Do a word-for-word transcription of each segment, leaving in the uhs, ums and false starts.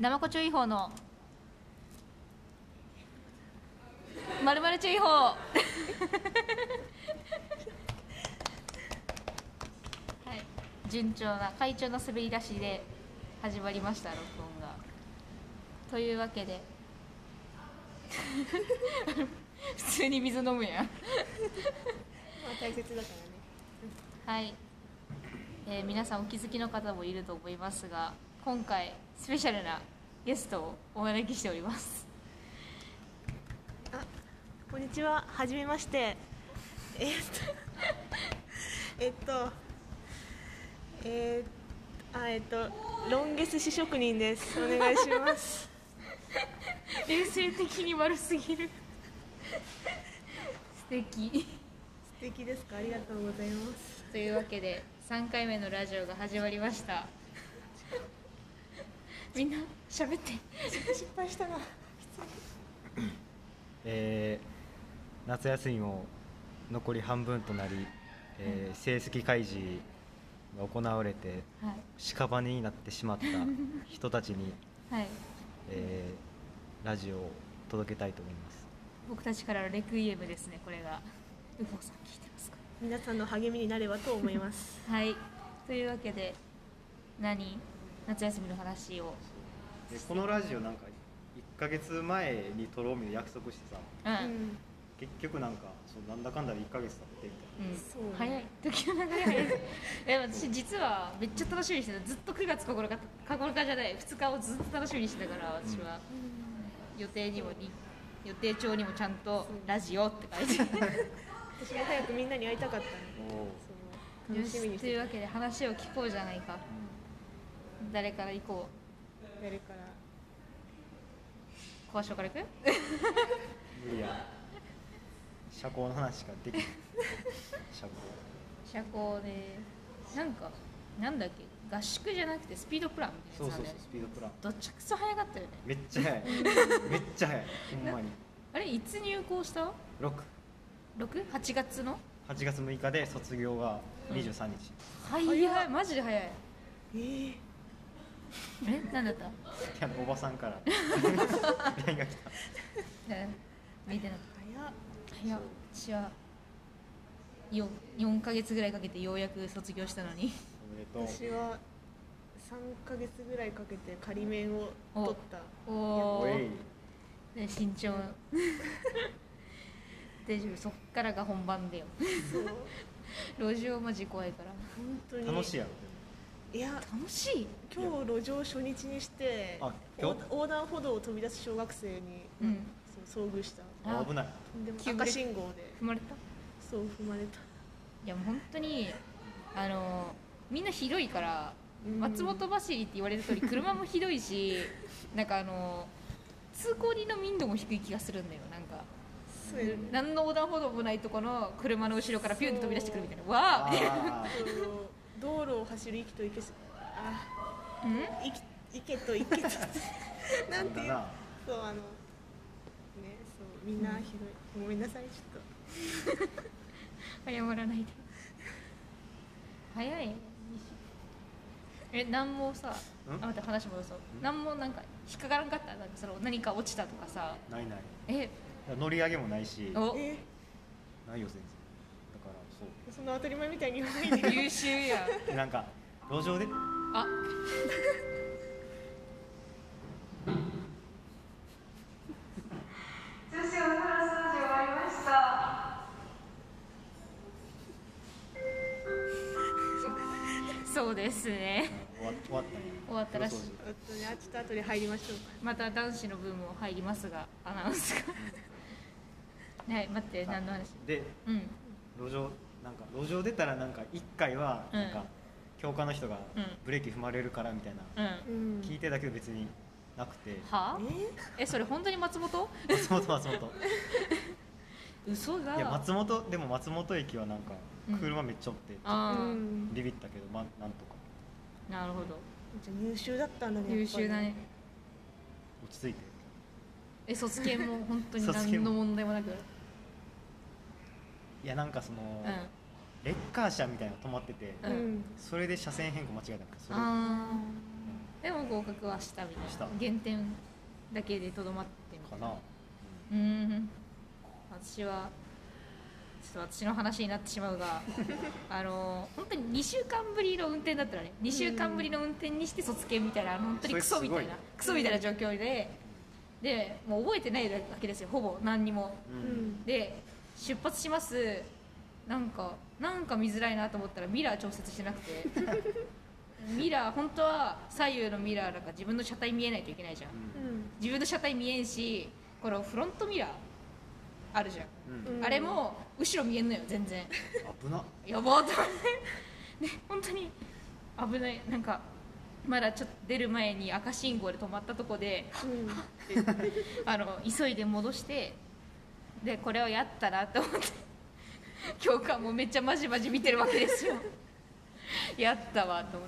ナマコ注意報のまるまる注意報はい、順調な会長の滑り出しで始まりました、録音が。というわけで普通に水飲むやんまあ大切だからねはい、えー、皆さんお気づきの方もいると思いますが、今回スペシャルなゲストをお招きしております。 あ、こんにちは、はじめまして。えー、っとえっとえー、あえっとロン毛寿司職人です。お願いします衛生的に悪すぎる素敵素敵ですか、ありがとうございます。 というわけでさんかいめのラジオが始まりましたみんな喋って失敗したなえー、夏休みも残り半分となり、えー、成績開示が行われて、はい、屍になってしまった人たちに、はいえー、ラジオを届けたいと思います。 僕たちからのレクイエムですね、これが。ウフォさん聞いてますか？ 皆さんの励みになればと思いますはい、というわけで何夏休みの話をでこのラジオなんかいっかげつまえに撮ろうみたいな約束してさ、うん、結局なんかそうなんだかんだでいっかげつ経ってみたいな、うん、 そう早い、時の流れ早いえ私実はめっちゃ楽しみにしてた。ずっとくがつここのかここのかじゃないふつかをずっと楽しみにしてたから私は、うん、予定にもに予定帳にもちゃんとラジオって書いて私も早くみんなに会いたかったね。 そう楽しみにしてというわけで話を聞こうじゃないか、うん、誰から行こう。誰から小橋から行く無理や社交の話しかできない社交社交でなんかなんだっけ合宿じゃなくてスピードプランみたいなやつなんだよね。 そうそうそうスピードプランどっちくそ早かったよね。 めっちゃ早いめっちゃ早いほんまに。 あれいつ入校した？ ろくろく？ はちがつのはちがつむいかで卒業がにじゅうさんにち、 うん、早いマジで早い。 えー、 え何だった？ おばさんから ライン が来た見てなかった。 早っ早っ。私は 4, よんかげつぐらいかけてようやく卒業したのに私はさんかげつぐらいかけて仮免を取った。 おおで身長大丈夫、そっからが本番だよ路上マジ怖いから。 本当に楽しいやろ。 いや楽しい。 今日路上初日にして横断歩道を飛び出す小学生に、うん、そう遭遇した。 あ危ない。 でも赤信号で踏まれた。 そう踏まれた。 いやもう本当にあのみんなひどいから、うん、松本走りって言われる通り車もひどいしなんかあの通行人の民度も低い気がするんだよ。なんかそうね、何の横断歩道もないとこの車の後ろからピュンと飛び出してくるみたいな。わあ道路を走る池と池あうん池と池となんていうそうあのねそうみんなひどい、うん、ごめんなさいちょっと謝らないで早い。え何もさあ待って話戻そう。何もなんか引っかからんかった？なんかその何か落ちたとかさ。 ないない。 え乗り上げもないし。 おえないよ全然。だからそうそんな当たり前みたいに言わないで優秀やなんか路上であ女子お風呂掃除終わりました。そうですね。 終わ終わったね。 終わったらしい。 ちょっと後で入りましょうか。 また男子の分も入りますがアナウンスがはい待って何の話で、うん、路上なんか路上出たらなんかいっかいはなんか、うん、教官の人がブレーキ踏まれるからみたいな、うん、聞いてたけど別になくて。 はあ？え, えそれ本当に松本？ 松本松本嘘だ。 いや松本でも松本駅はなんか車めっちゃおって、うん、ビビったけどまなんとか。 なるほど。 じゃ優秀だったんだね。 優秀だね。 落ち着いて。 え卒検も本当に何の問題もなく。 いやなんかその、うん、レッカー車みたいなの止まってて、うん、それで車線変更間違えたからそれでも合格はしたみたいしたな、減点だけでとどまってみたいな。 かな。 うーん、私はちょっと私の話になってしまうがあの本当ににしゅうかんぶりの運転だったらね、にしゅうかんぶりの運転にして卒検みたいな、あの本当にクソみたいな、 それすごいねクソみたいな状況で、でもう覚えてないわけですよ、ほぼ何にも。 ううんんで出発します、なんかなんか見づらいなと思ったらミラー調節してなくてミラー本当は左右のミラーなんか自分の車体見えないといけないじゃん、 うん自分の車体見えんし、このフロントミラーあるじゃん、 うんうんあれも後ろ見えんのよ全然危な。 やばーと思ってね、本当に危ない。なんかまだちょっと出る前に赤信号で止まったとこでうんあの急いで戻して、でこれをやったなと思って教官もめっちゃまじまじ見てるわけですよやったわと思って、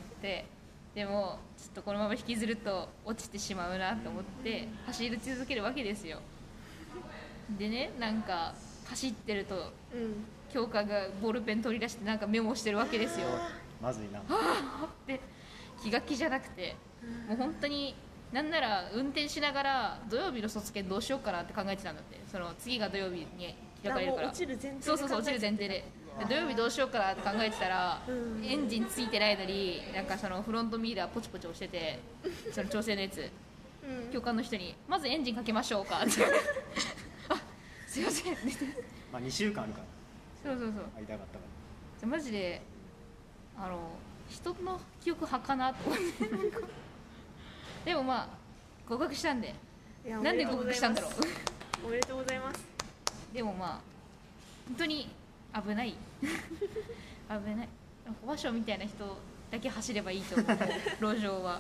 でもちょっとこのまま引きずると落ちてしまうなと思って走り続けるわけですよ。でね、なんか走ってるとうん教官がボールペン取り出してなんかメモしてるわけですよ。 まずいな。 で気が気じゃなくて、もう本当になんなら運転しながら土曜日の卒検どうしようかなって考えてたんだって。その次が土曜日に開かれるから、 あもう落ちる前提でそうそうそう、落ちる前提で、で土曜日どうしようかなって考えてたら、 うんエンジンついてないのになんかそのフロントミラーポチポチ押してて、その調整のやつうん教官の人にまずエンジンかけましょうかってあ、すいませんってまあにしゅうかんあるからそうそうそう、 会いたかったかじゃマジであの人の記憶派かなと思ってなんかでもまあ合格したんで、 いやなんで合格したんだろうおめでとうございます。 でもまあ本当に危ない危ない小場所みたいな人だけ走ればいいと思う路上は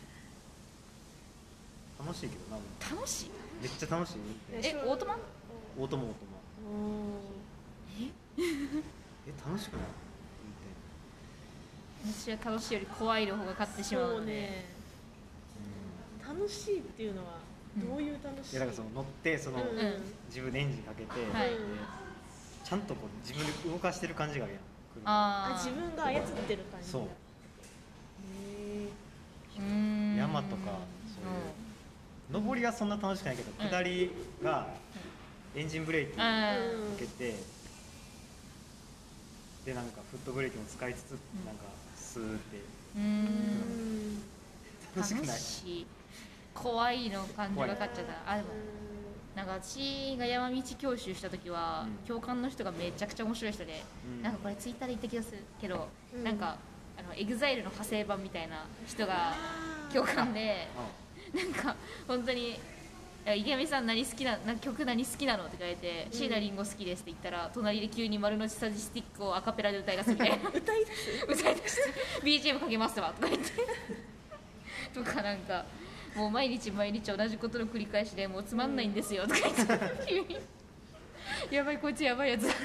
楽しいけどな。もう楽しい。 めっちゃ楽しい。 えオートマオートマオートマおえ楽しくない？ 私は楽しいより怖いの方が勝ってしまうそうので、 ね、楽しいっていうのはどういう楽しい？ いやだからその乗ってその、 うんうん自分でエンジンかけて、 はいでちゃんとこう自分で動かしてる感じがあるやん。 あーあ自分が操ってる感じ。 そうへうーん山とかそういう上りはそんな楽しくないけど、 うん下りがエンジンブレーキかうんけて、でなんかフットブレーキも使いつつ、なんかスーってうーーうんん楽しくない？ しい怖いの感じが勝っちゃった。あでもなんか私が山道教習した時は、 うん教官の人がめちゃくちゃ面白い人で、 うんなんかこれツイッターで言った気がするけど、 うんなんかあのエグザイルの派生版みたいな人が教官で、なんか本当に「池上さん何好きなな曲何好きなの?」って書いて「 うん椎名林檎好きです」って言ったら隣で急に丸の内サジスティックをアカペラで歌い出すみたいな歌い出す。 歌い出して ビージーエム かけますわとか言ってとかなんかもう毎日毎日同じことの繰り返しでもうつまんないんですよとか言って急にやばいこいつやばいやつだ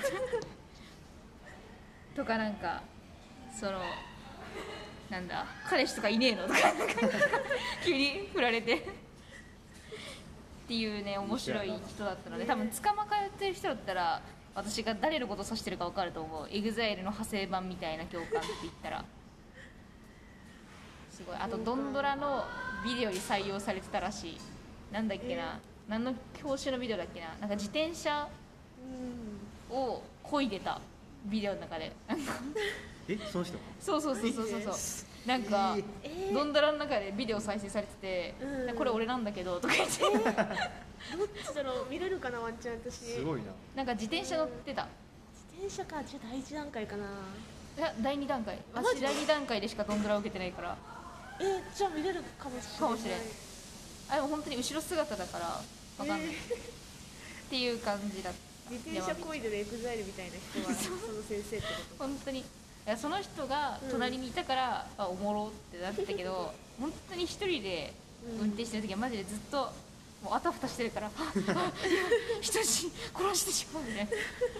とかなんかそのなんだ彼氏とかいねえのとかなんか急に振られてっていうね面白い人だったので、多分捕ま通ってる人だったら私が誰のこと指してるか分かると思う。エグザイルの派生版みたいな教官って言ったらすごい。あとドンドラのビデオに採用されてたらしい。なんだっけな、何の教習のビデオだっけな、なんか自転車うんを漕いでたビデオの中でなんかえその人そうそうそうそうそうそうなんか、 えードンドラの中でビデオ再生されてて、 うんこれ俺なんだけどとか言ってどっちだろう見れるかなワンチャン私。 すごいな。 なんか自転車乗ってた。 自転車かじゃあ第一段階かな。 いやだいに段階、 あマジ私だいに段階でしかドンドラを受けてないから。 えー、じゃあ見れるかもしれない。 かもしれんあでも本当に後ろ姿だからわかんない、 えーっていう感じだった自転車こいでるエグザイルみたいな人はその先生ってこ本当にいやその人が隣にいたから、あおもろってなったけど本当に一人で運転してる時はマジでずっともうあたふたしてるから、ああ人死殺してしまうみたいな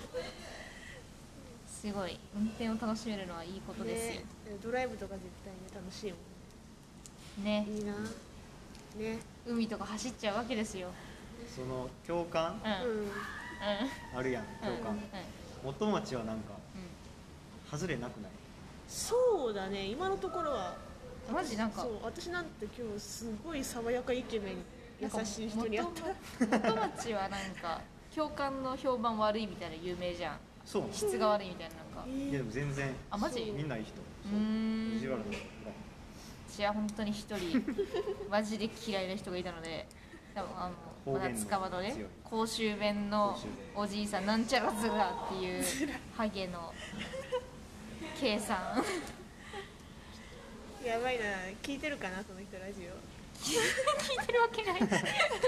すごい運転を楽しめるのはいいこととですよね。ドライブとか絶対ね楽しいもんねね。いいなね。 海とか走っちゃうわけですよ。 その教官うんうんうんうんあるやん、教官。元町はなんか外れなくない？ そうだね今のところはマジなんかそう私なんて今日すごい爽やかイケメン優しい人に会った元町はなんか教官の評判悪いみたいな有名じゃん。 そうなの。 質が悪いみたいななんか。 いやでも全然あマジ？ みんないい人。 うーん。 意地悪なぐらい。 私は本当に一人マジで嫌いな人がいたので、多分あのまだ塚場のね公衆弁のおじいさんなんちゃらズラっていうハゲの K さん。 やばいな、聞いてるかなその人ラジオ。 聞いてるわけない。 ちょっと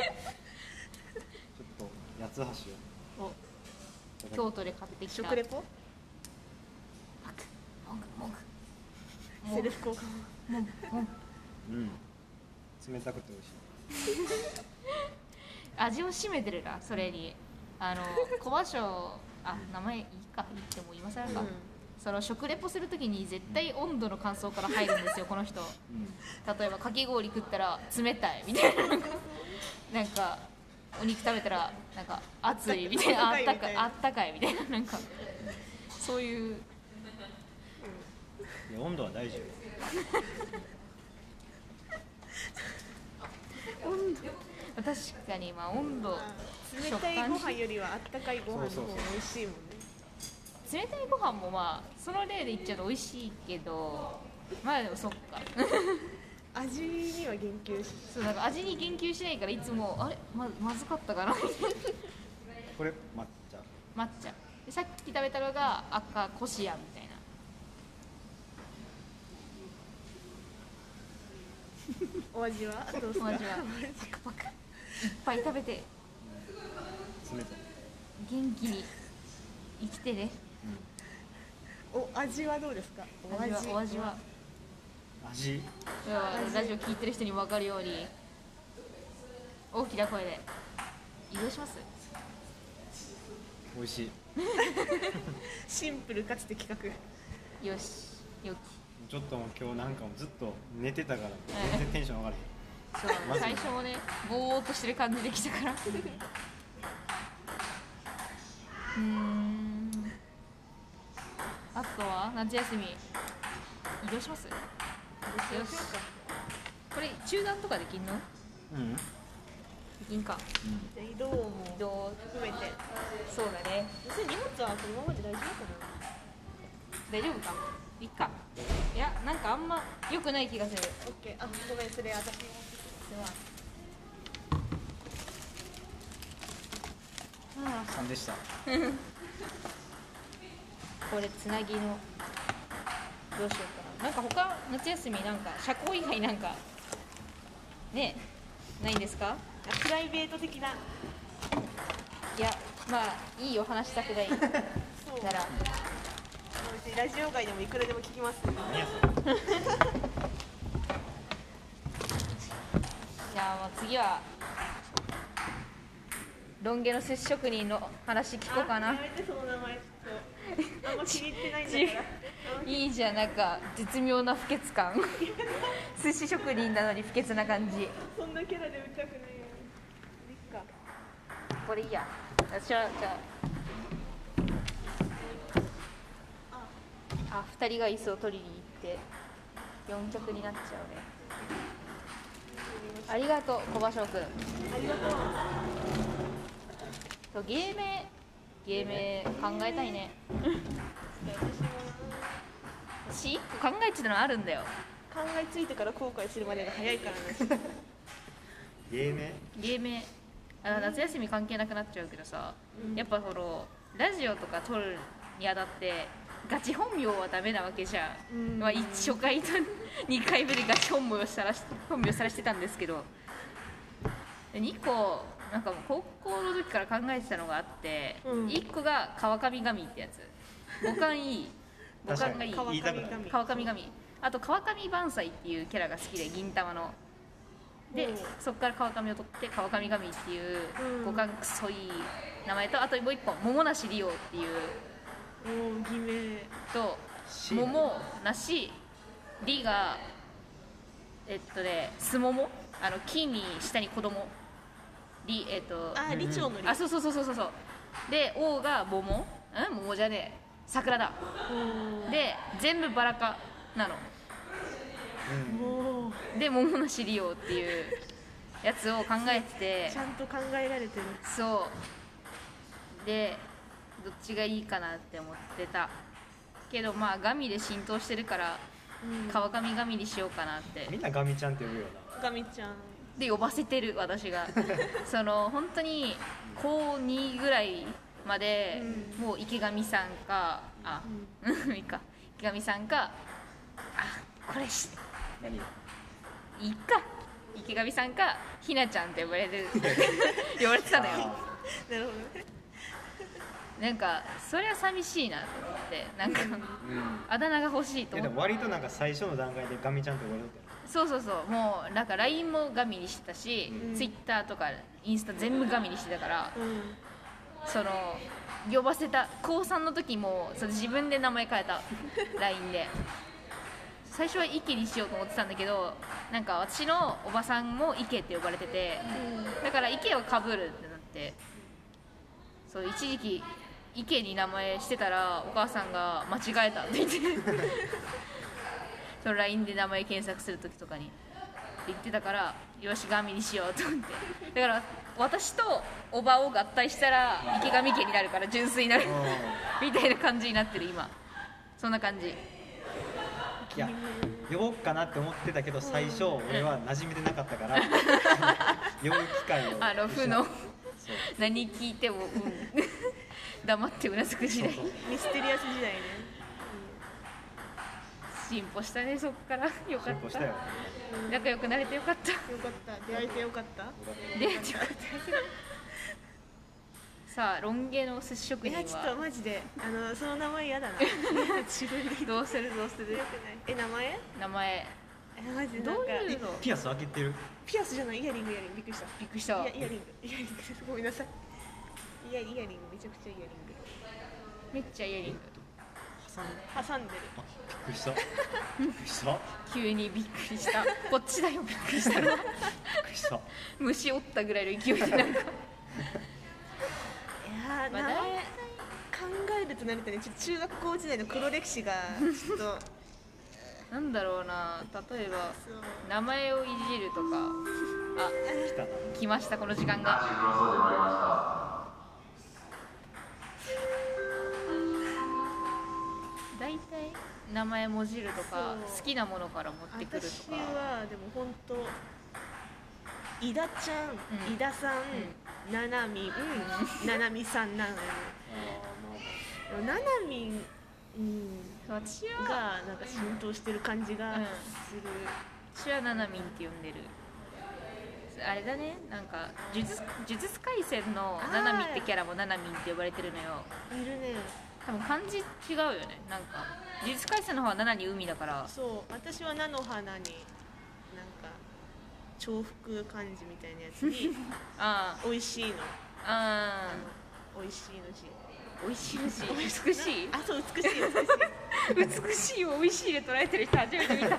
八つ橋を。 お京都で買ってきた。 食レポ？ パクモグモグ。 セルフ交換。 モグモグ。 うん。冷たくて美味しい。 味を占めてるなそれに。あの小葉椒あ名前いいか言っても今更か。うん、その食レポするときに絶対温度の感想から入るんですよこの人、うん、例えばかき氷食ったら冷たいみたいななんかお肉食べたらなんか熱いみたいなあったかいあったかいみたいななんかそういう、 いや温度は大事よ温度確かにまあ温度冷たいご飯よりはあったかいご飯の方が美味しいもんね。 冷たいご飯もまあその例で言っちゃうと美味しいけどまあでもそっか味には言及しそうなんか味に言及しないからいつもあれ ま, まずかったかなこれ抹茶抹茶でさっき食べたのが赤こしあんみたいなお味はどうですか？ お味はパクパクいっぱい食べて冷たい元気に生きてね。 お味はどうですか？ お味はお味は味ラジオ聞いてる人に分かるように大きな声で移動します。 美味しいシンプルかつ的確。 よしよきちょっともう今日なんかもずっと寝てたから全然テンション上がらへんそう最初もねぼーっとしてる感じで来たからうーんあとは夏休み移動します。よしこれ中断とかできんの？ うんできんか、 うん、じゃあ移動も移動含めてそうだね。 別に荷物はこのままで大丈夫かな？ 大丈夫かいいか。いやなんかあんま良くない気がする。 オッケーあごめんそれ私もあさんでしたこれつなぎのどうしようかな。なんか他夏休みなんか社交以外なんかねないんですか？ プライベート的な。 いやまあいいよ話したくないならラジオ外でもいくらでも聞きます。 じゃあもう次はロン毛の接触人の話聞こうかな。 やめてその名前ちょっとあんま気に入ってないんだからいいじゃんなんか絶妙な不潔感寿司職人なのに不潔な感じ。 そんなキャラで売りたくないよ。いいかこれいいや。私はじゃああふたりが椅子を取りに行ってよんきゃくになっちゃうね。ありがとう小葉翔くん。ありがとう。 そう芸名芸名考えたいね私いっこ考えてたのあるんだよ。 考えついてから後悔するまでが早いからね芸名芸名あ夏休み関係なくなっちゃうけどさ、うん、やっぱそのラジオとか撮るにあたってガチ本名はダメなわけじゃん、うんまあ、初回とにかいめでガチ本名をさらし本名さらしてたんですけどにこなんかもう高校の時から考えてたのがあって、うん、いっこが川上神ってやつ五感いい五感がいい川上神川上神あと川上萬斎っていうキャラが好きで銀玉ので、うん、そこから川上を取って川上神っていう五感クソいい名前とあともう一本桃梨リオっていう偽名と桃梨リがえっとねすももあの木に下に子供リえっとあ李長の李あそうそうそうそうそうで王が桃ん桃じゃねえ桜だで全部バラ科なのおーで桃の尻をっていうやつを考えてて、 ちゃんと考えられてる。 そうでどっちがいいかなって思ってたけど、まあガミで浸透してるからうん川上ガミにしようかなってみんなガミちゃんって呼ぶよガミちゃん。 で呼ばせてる私がその本当に高にぐらいまで、 うんもう池上さんかあうんいいか池上さんかあこれしな。何いいか池上さんかひなちゃんって呼ばれる呼ばれてたのよ。 なるほどね。 なんかそれは寂しいなと思ってなんかうんあだ名が欲しいとえで思っても割となんか最初の段階でガミちゃんって呼ばれてそうそうそうもうなんか ライン もガミにしてたし、 うん Twitter とかインスタ全部ガミにしてたからうんその呼ばせた高さんの時もそれ自分で名前変えたライン で最初は池にしようと思ってたんだけどなんか私のおばさんも池って呼ばれててだから池をかぶるってなってそう一時期池に名前してたらお母さんが間違えたって言ってその ライン で名前検索する時とかに言ってたからよしガミにしようと思ってだから私とおばを合体したら池上家になるから純粋になるみたいな感じになってる今そんな感じいや呼ぼうかなって思ってたけど最初俺は馴染めてなかったから呼ぶ機会をあの負のそう何聞いても、うん、黙ってうなずく時代そうそうミステリアス時代ね。 進歩したねそっからよかった進歩したよ仲良くなれてよかったよかった。出会えてよかった。 出会えてよかったさあロン毛の寿司職人いやちょっとはマジであのその名前嫌だな。自分でどうするどうするよくない。え名前？ 名前えマジでどなんかういうのピアス開けてるピアスじゃないイヤリングイヤリングびっくりした。 びっくりしたイヤイヤリングイヤリングごめんなさい。イヤイヤリングめちゃくちゃイヤリング。 めっちゃイヤリング挟んで挟んでる。 あびっくりしたびっくりしたびっ急にびっくりしたこっちだよびっくりしたのはくりした虫折ったぐらいの勢いでなんかいやー、 まあ名前考えるとなるとねちょっと中学校時代の黒歴史がちょっとなんだろうな例えばそう名前をいじるとかあ来たな来ましたこの時間が大体名前もじるとかそう好きなものから持ってくると私かはでも本当井田ちゃん、 うん井田さん、ななみん、ななみさんなのよねでもななみん、うん、 私がはなんか浸透してる感じがうんする、 私はななみんって呼んでるあれだねなんか呪術呪術廻戦のななみってキャラもななみんって呼ばれてるのよいるね。 多分漢字違うよねなんか呪術廻戦の方はななに海だからそう私は菜の花になんか重複漢字みたいなやつにあ美味しいのああ美味しいの字あ美味しいし美しいあそう美しい美しい美しいを美味しいで捉えてる人初めて見たの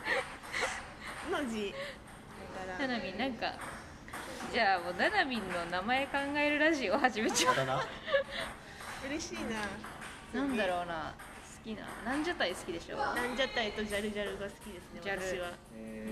字だからななみんなんかじゃあもうななみんの名前考えるラジオを始めちゃまだな嬉しいな。 うなんだろうな好きなランジャタイ好きでしょランジャタイとジャルジャルが好きですねジャル私は。 え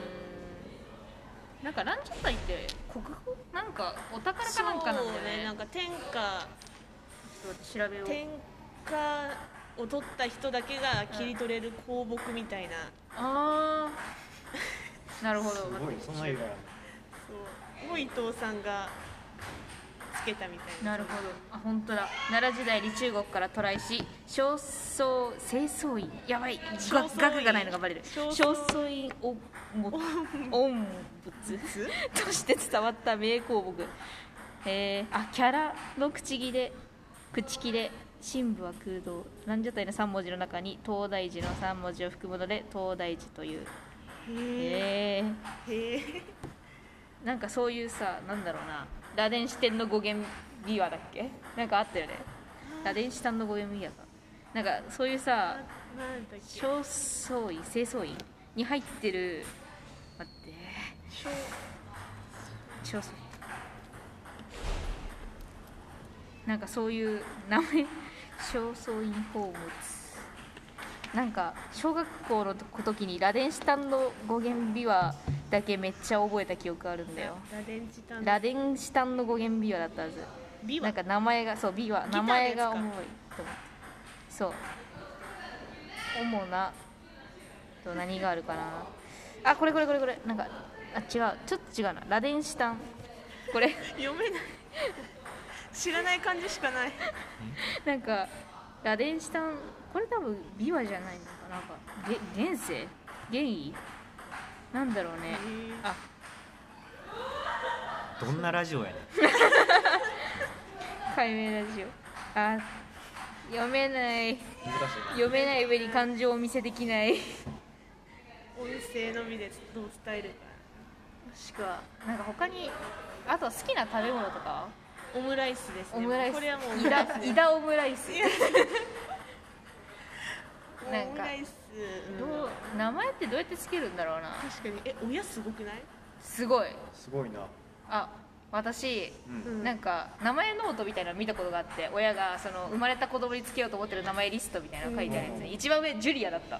なんかランジャタイって国語なんかお宝かなんかなんだよそうねねなんか天下ちょっと調べよう天下を取った人だけが切り取れる香木みたいな、 ああなるほどー、すごいそんな意味があるそうを伊藤さんがつけたみたいな。 なるほどあ本当だ奈良時代に中国から渡来し正倉清掃院やばい正倉院学がないのがバレる正正倉倉院おも音仏として伝わった名香木へえあキャラの口切れ口切れ真部は空洞ランジャタイのさん文字の中に東大寺のさん文字を含むので東大寺というへへええへえなんかそういうさなんだろうな螺鈿四天の語源琵琶だっけなんかあったよね螺鈿四天の語源琵琶かなんかそういうさなんだっけ正倉院清掃院に入ってる待って小正倉なんかそういう名前正倉院宝物なんか小学校の時にラデンシュタンの語源琵琶だけめっちゃ覚えた記憶あるんだよ。 ラデンチタンラデンシュタンの語源琵琶だったはず。 ビワなんか名前がそう琵琶名前が重いと思ってそう主なと何があるかなあこれこれこれこれなんかあ違うちょっと違うなラデンシュタンこれ読めない知らない漢字しかないなんかラデンシュタンこれ多分琵琶じゃないのかなんかげ現世現意なんだろうねあどんなラジオやねん解明ラジオあ読めない難しいな読めない上に感情を見せできない音声のみでどう伝えるかもしくはなんか他にあと好きな食べ物とかオムライスですねオムライスこれはもうオイムライスですダイダオムライスなんかオムライス、うんどう名前ってどうやってつけるんだろうな確かにえ親すごくないすごいすごいなあ私うんなんか名前ノートみたいなの見たことがあって親がその生まれた子供につけようと思ってる名前リストみたいなの書いてあるやつに一番上ジュリアだったあ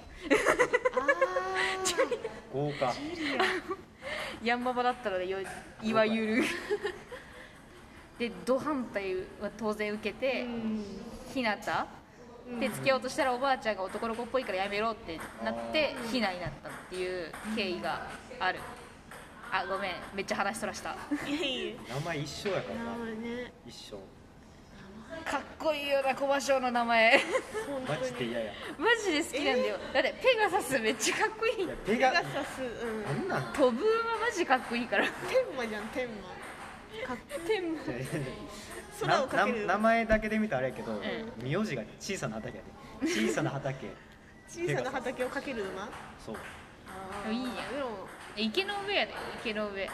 豪華ージュリアヤンママだったのでよいわゆるでド反対は当然受けてひなたでつけようとしたらおばあちゃんが男の子っぽいからやめろってなってひなになったっていう経緯があるあごめんめっちゃ話そらしたいやいや名前一緒やからな名前ね一緒かっこいいよなコバショウの名前マ本当にジで嫌やマジで好きなんだよ、だってペガサスめっちゃかっこいいいやペペガガサスうんなんなん飛ぶ馬マジかっこいいから天馬じゃん天馬かっ天馬空をかけるな名前だけで見たらあれやけど、 ん名字が小さな畑やで小さな畑小さな畑をかける馬そういいやんでも池の上やで池の上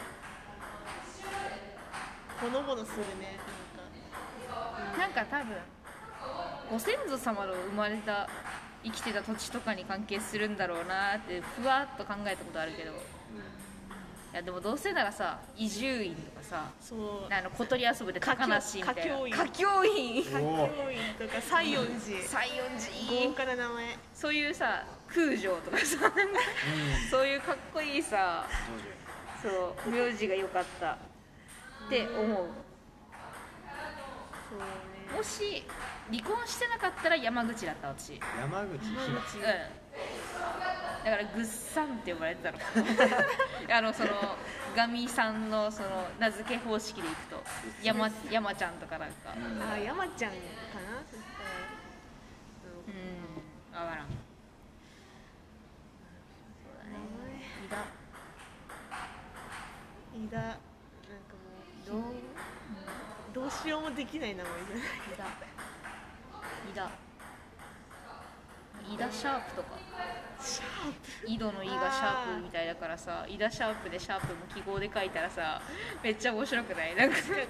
ほのぼのするねなんか多分ご先祖様の生まれた生きてた土地とかに関係するんだろうなってふわっと考えたことあるけどいやでもどうせならさ伊集院とかさそうあの小鳥遊ぶで高梨みたいな歌教員歌教員歌教員とか西園寺西園寺豪華な名前そういうさ空城とかさなんかそういうかっこいいさそう名字が良かったって思うそうねもし離婚してなかったら山口だった私うん山口ひなだからグッサンって呼ばれてたのあのそのガミさんのその名付け方式でいくと山山ちゃんとかなんかあ山ちゃんかなそしたらうん分からんそうだね伊田飯田なんかもうどうどうしようもできない名前じゃない伊田伊田伊田シャープとかシャープ井戸の「井」がシャープみたいだからさ井田シャープでシャープも記号で書いたらさめっちゃ面白くないなんか確かに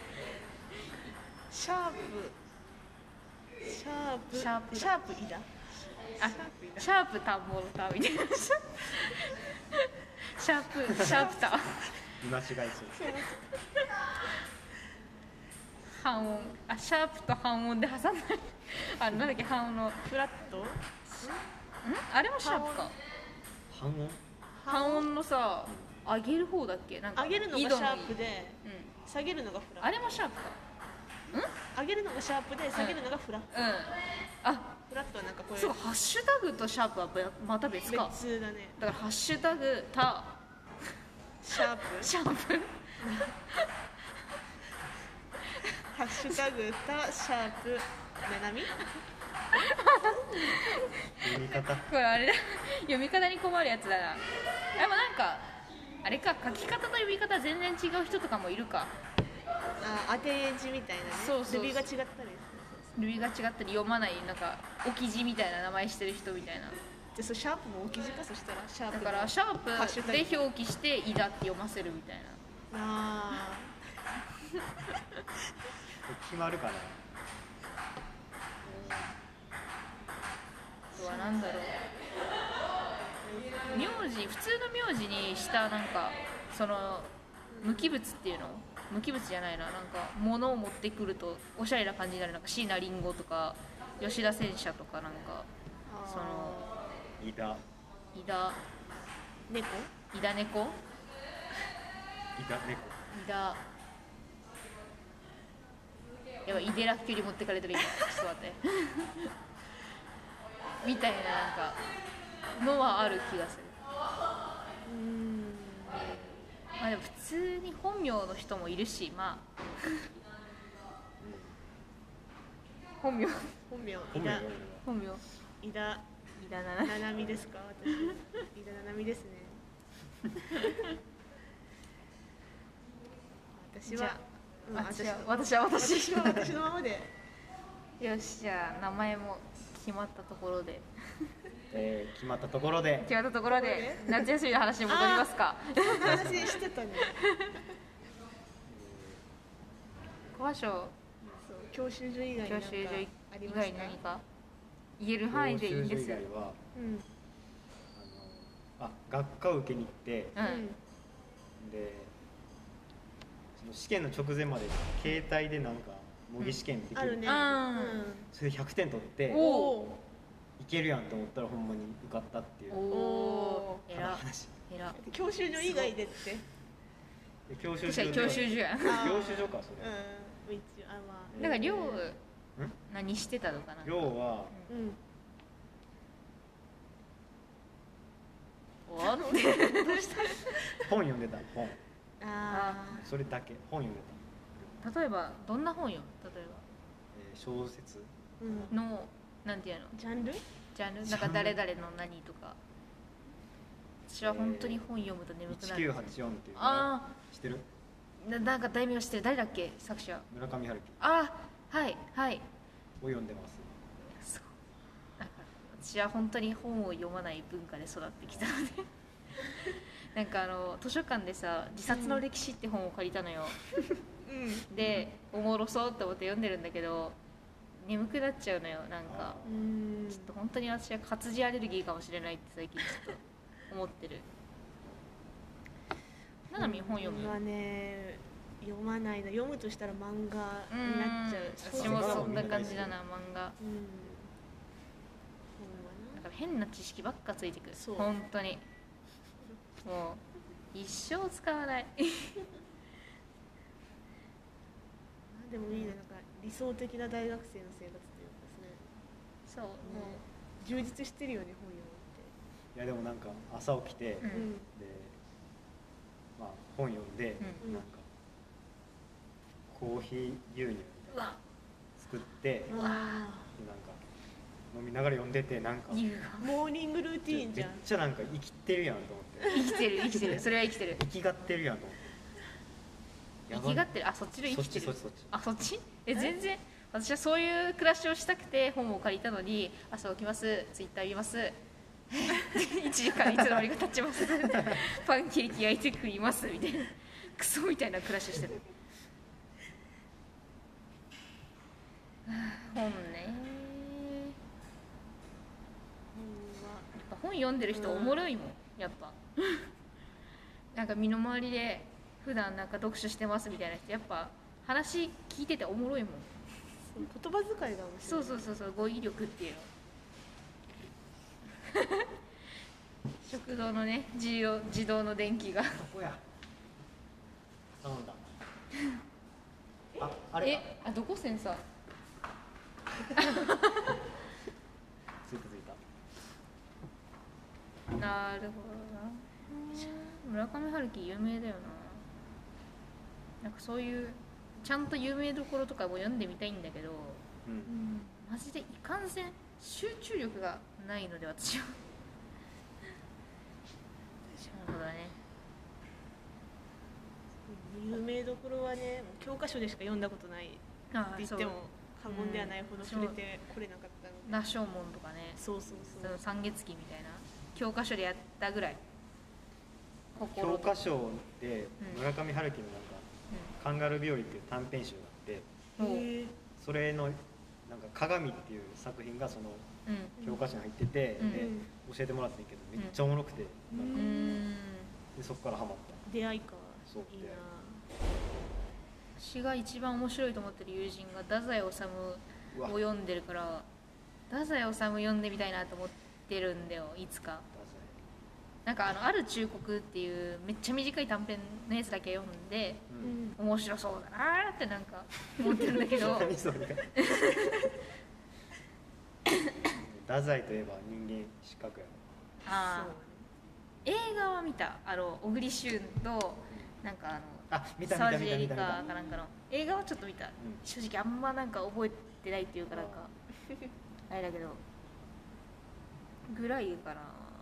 シャープシャープシャープシャープ飯田あシャープ田んぼの田みたいなシャープシャープ田見間違いそう半音あシャープと半音で挟んだりあなんだっけ半音のんフラットあれもシャープか半音半音のさ上げる方だっけなんか上げるのがシ井戸のャープでうん下げるのがフラあれもシャープか上げるのがシャープで下げるのがフラうんあフラットはなんかこれそうハッシュタグとシャープはべまた別か別だねだからハッシュタグたシャープシャープハッシュタグたシャープななみ読み方これあれだ読み方に困るやつだなでもなんかあれか書き方と読み方全然違う人とかもいるかあ当て字みたいなねそうそうそうルビが違ったりルビが違ったり読まないなんか置き字みたいな名前してる人みたいなじゃあそシャープも置き字かそしたらシャーだプからシャーハッシュタグプで表記して「いだ」って読ませるみたいなあ決まるかなあとはなんだろう名字普通の名字にしたなんかその無機物っていうの無機物じゃないななんか物を持ってくるとおしゃれな感じになるなんか椎名林檎とか吉田戦車とかなんかあそのいだイダ猫イダ猫いだ猫イダやばいイデラッキョに持ってかれてる今ちょっと待ってみたいななんかのはある気がする。 うーんまあでも普通に本名の人もいるし、まあ本名本名本名が井田本名井田イダナナななみですか私井田ななみですね私はじゃうん私は私は私私は私のままでよし、じゃあ名前も決まったところでえー決まったところで決まったところで夏休みの話に戻りますか。 話してたね小場所そう教習所以外に教何か習所以ありま外にした何か言える範囲でいいんですよ。 教習所以外はうんあのあ学科を受けに行ってうん、 でその試験の直前まで携帯でなんか模擬試験できる、 あるねあそれでひゃくてん取ってうんおおいけるやんと思ったらほんまに受かったっていうおおー、えら話えら。 ー教習所以外でってで教習確かに所で教習所や。 あー教習所かそれ、 うん一応あまあだから寮ん何してたのかな。 寮はうんおーって本読んでた本あそれだけ本読んでた、 例えばどんな本よ。例ええー小説ーうんばのなんていうのジャンルジャンルなんか誰々の何とか。私は本当に本読むと眠くなる。 いちきゅうはちよんっていうあ知ってるあ、ななんか題名を知ってる。誰だっけ作者。 村上春樹ああ、はいはい。 を読んでますそうなんか私は本当に本を読まない文化で育ってきたのでなんかあの図書館でさ「自殺の歴史」って本を借りたのよ。 うんでおもろそうって思って読んでるんだけど眠くなっちゃうのよ。なんかうんちょっと本当に私は活字アレルギーかもしれないって最近ちょっと思ってる。ななみ本読む？ はね読まないな読むとしたら漫画になっちゃううん私もそんな感じだな。漫画うんなんか変な知識ばっかついてくる。 そう本当にもう一生使わないでもいいねなんか理想的な大学生の生活っていうかですねそうもう充実してるよね本読いやでもなんか朝起きて、 うんむってで、まあ、本読んで、 うんなんかコーヒー牛乳みたいなうわ作ってうん、あでなんか飲みながら読んでてなんか優雅ーモーニングルーティーンじめっゃんちゃなんか生きてるやんと思って生きてる生きてるそれは生きてる生きがってるやんと思って生きがってる。あそっちの生きてるそっちそっちそっちあそっちえ全然私はそういう暮らしをしたくて本を借りたのに朝起きますツイッター見ますいちじかんいつの間にか経ちますパンケーキ焼いて食いますみたいなクソみたいな暮らししてる。本ねやっぱ本読んでる人おもろいもんやっぱなんか身の回りで普段なんか読書してますみたいな人やっぱ話聞いてておもろいもん。 言葉遣いが面白いそうそうそうそう語彙力っていうの食堂のね自動自動の電気がどこや頼んだああれかえあどこセンサーついたついたなるほどな。村上春樹有名だよな。なんかそういうちゃんと有名どころとかも読んでみたいんだけどうんうんマジでいかんせん集中力がないので私はなるほどね。 有名どころはねもう教科書でしか読んだことないってあ言っても過言ではないほどうん触れてこれなかったので、 羅生門とかねそうそうそうその三月期みたいな教科書でやったぐらい教科書でうん村上春樹のなんか「カンガルー日和」っていう短編集があってうんおうへえそれのなんか「鏡」っていう作品がそのうん教科書に入ってて、 うんで教えてもらってんけどめっちゃおもろくて、 うんなんかうーんでそこからハマった出会いかそういいな私が一番面白いと思ってる友人が太宰治をうわ読んでるから太宰治読んでみたいなと思ってるんだよ、いつか。なんかあの「ある忠告」っていうめっちゃ短い短編のやつだけ読んで、うん、面白そうだなってなんか思ってるんだけど何それ太宰といえば人間失格やろ。 ああ、映画は見た。あの小栗旬となんかあのあ見た見沢た見た見た尻エリカかなんかの映画はちょっと見た、うん、正直あんまなんか覚えてないっていうかなんかあれだけどぐらいかな。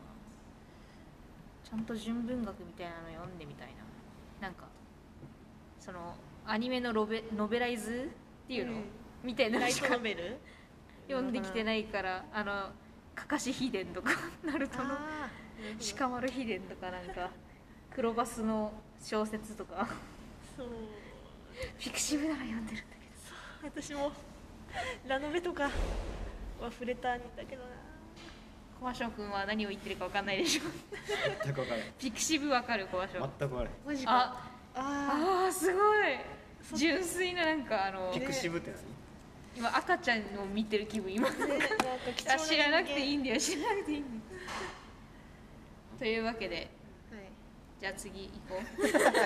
ちゃんと純文学みたいなの読んでみたいな。なんかそのアニメのロベノベライズっていうの、うん、みたいなのしか読んできてないから、あのかかし秘伝とかナルトの鹿丸秘伝とかなんか黒バスの小説とかそうフィクシブなら読んでるんだけど、私もラノベとかは触れたんだけどな。 小橋君は何を言ってるか分かんないでしょ全く分かる。 フィクシブ分かる小橋。 全く分かる。 マジか。 あああ、すごい純粋ななんかあのフィクシブって何？ 今赤ちゃんを見てる気分今、ね、なんか知らなくていいんだよ、知らなくていいんだよというわけで、はい、じゃあ次行こう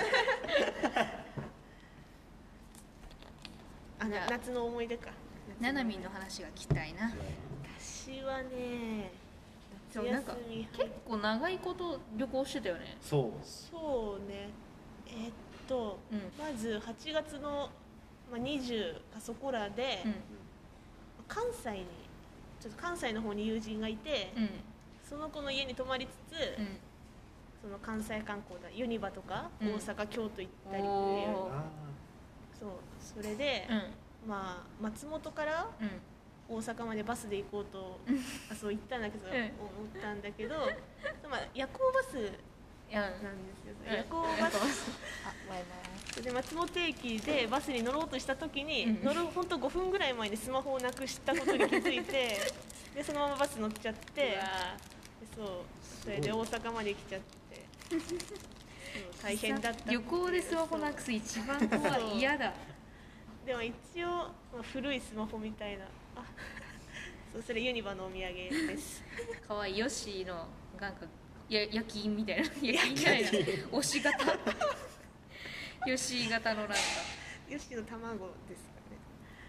あの夏の思い出か。 ななみんの話が聞きたいな。 私はね、 夏休みなんか結構長いこと旅行してたよね。 そうそうね。えー、っと、うん、まずはちがつの、まあ、にじゅうかそこらで、うん、関西にちょっと関西の方に友人がいて、うん、その子の家に泊まりつつ、うん、その関西観光だユニバとか、うん、大阪京都行ったりっていう、そうそれで、まあ松本から大阪までバスで行こうと、あそう行ったんだけど、思ったんだけど、まあ、夜行バスなんですよ。夜行バスで松本駅でバスに乗ろうとした時に、乗る本当ごふんぐらい前にスマホをなくしたことに気づいてでそのままバス乗っちゃって、でそうそれで大阪まで来ちゃって大変だった。 旅行でスマホなくす一番怖い。嫌だ。 でも一応、まあ、古いスマホみたいな、あそうそれユニバのお土産です。 かわいい。ヨッシーのなんかや焼き印みたいな、焼き印みたいな押し型ヨッシー型のなんかヨッシーの卵ですかね。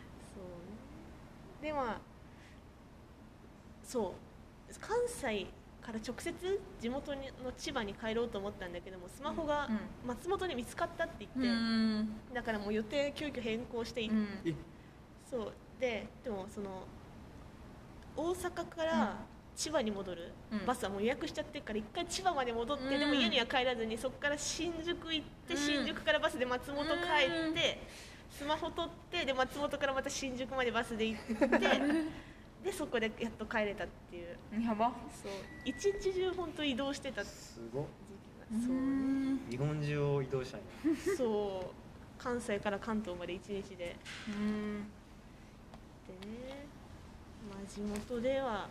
そうね。でまあそう関西から直接地元の千葉に帰ろうと思ったんだけども、スマホが松本に見つかったって言って、うん、だからもう予定急遽変更していって、うん、そうででもその大阪から千葉に戻るバスはもう予約しちゃってるから一回千葉まで戻って、うん、でも家には帰らずにそこから新宿行って、うん、新宿からバスで松本帰って、うん、スマホ取ってで松本からまた新宿までバスで行ってでそこでやっと帰れたっていう。 やば。 そう一日中本当移動してた。 すごっ。 そうね。 日本中を移動したんや。 そう関西から関東まで一日で。うんでね、まあ地元では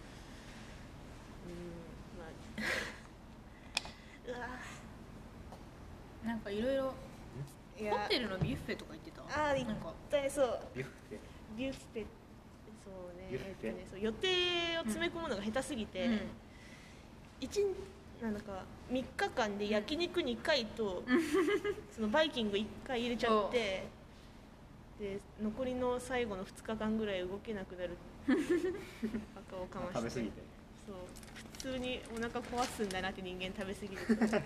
うんまあうわなんかいろいろホテルのビュッフェとか行ってた。 ああ行ったね。そうビュッフェビュッフェそうね、えっとね、そう予定を詰め込むのが下手すぎて、うん、一なんだかみっかかんで焼肉にかいと、うん、そのバイキングいっかい入れちゃってで残りの最後のふつかかんぐらい動けなくなるバカをかまして食べ過ぎてそう普通にお腹壊すんだなって人間食べ過ぎると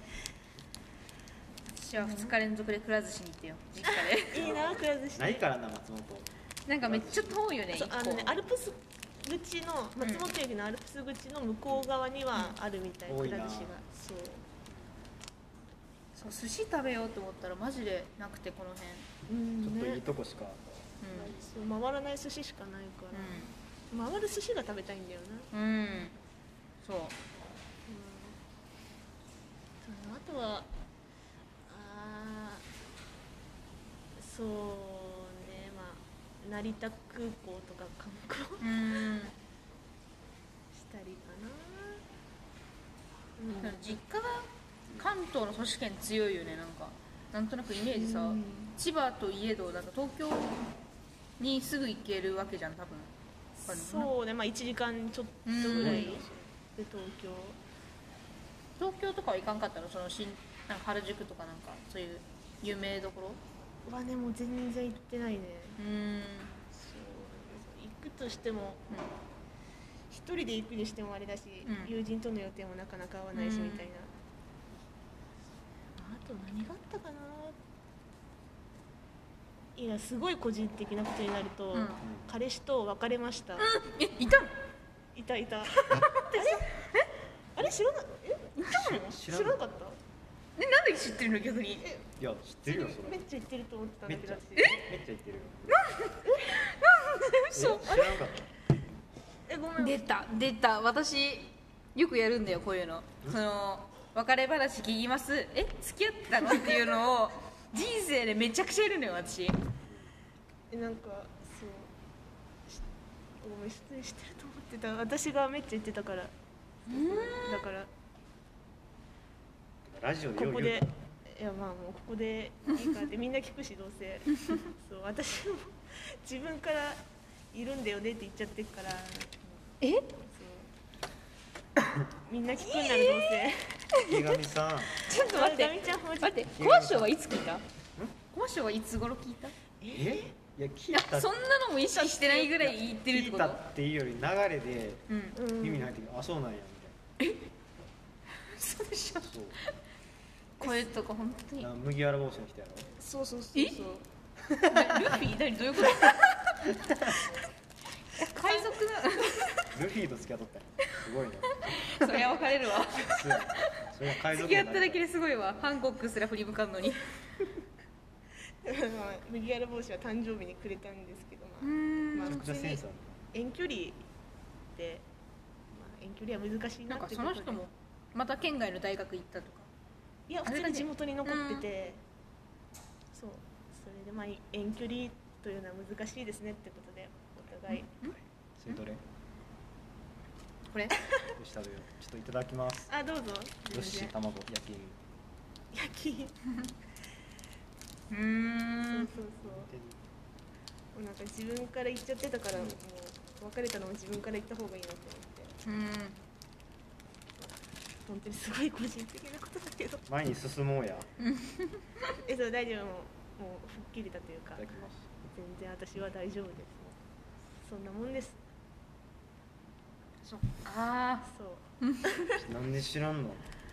私はふつか連続でくら寿司に行ってよ実家でいいなくら寿司ないからな松本なんかめっちゃ遠いよね。 あのねアルプス口の松本駅のアルプス口の向こう側にはあるみたいな、うん、くら寿司がそうそう寿司食べようと思ったらマジでなくてこの辺、 うんね、ちょっといいとこしか、 うん、そう回らない寿司しかないから、うん、回る寿司が食べたいんだよな。 うんそう、うん、 あとはあそう成田空港とか観光したりかな、 うん、実家が関東の都市圏強いよね。なんかなんとなくイメージさ、うん、千葉といえどなんか東京にすぐ行けるわけじゃん多分。 かるのかな。 そうね、まあいちじかんちょっとぐらいで東京。 東京とかは行かんかったの？その新なんか原宿とかなんかそういう有名どころはね、もう全然行ってないね。 うーん。 そう行くとしても一人で行くにしてもあれだし、 うん友人との予定もなかなか合わないしうんみたいな。あと何があったかな。いや、すごい個人的なことになると、 うん彼氏と別れました。 え、いたの？ いたいた。あれあれ知らなえいたの知ら知らなかった。 え、なんで知ってるの逆に？ いや知ってるよそれ。 めっちゃ言ってると思ってたんめっちゃだけど私。 めっちゃ言ってるよ。 嘘。 え知らなかった。 え、ごめん。 出た出た。私よくやるんだよこういうの。その別れ話聞きます。え、付き合ってたのっていうのを人生でめちゃくちゃやるのよ私。 え、なんかそうしごめん、失礼してると思ってた。私がめっちゃ言ってたから。だからラジオでここでよう言うた。 いや、まあもうここでいいかってみんな聞くしどうせ。そう私も自分からいるんだよねって言っちゃってるから。 え？ そうみんな聞くんならどうせ。 池上さん。 ちょっと待ってガミちゃんマジ待って。コアショーはいつ聞いた？コアショーはいつ頃聞いた？ え？いや聞いあ、 た。 そんなのも意識してないぐらい言ってるってこと？ 聞いたっていうより流れでうん。 うん耳に入ってきて、あそうなんやみそうでしょ。 たいな。そう。 声とか本当に。 な麦わら帽子の人やろ。 そうそうそうそう。 ルフィ何どういうこと？海賊ルフィと付き合っとったんや。すごいね。 だ。そりゃ別れるわ。 そうやそれは海賊付き合っただけで。 ですごいわ。ハンコックすら振り向かんのに。 まあ麦わら帽子は誕生日にくれたんですけど、まあ、 んまあめちゃくちゃセンスある。 遠距離で、まあ、遠距離は難しいななんかってことで。 その人もまた県外の大学行ったとか。 いや、 あれだね普通に地元に残ってて、そう、それでまあ遠距離というのは難しいですねってことでお互い。 それどれ？よこれ？ し食べよう。ちょっといただきます。 あ、どうぞ。 よし卵焼き。 焼き。 うー。 そうんそうそう。もうなんか自分から言っちゃってたから、もう別れたのも自分から言った方がいいなと思って。 うーん。 本当にすごい個人的なことだけど。 前に進もうや。いえ、そう大丈夫、もうもう吹っ切れたというかただ。きます。 全然私は大丈夫です。そんなもんです。 そう。あそう。 なんで知らんの？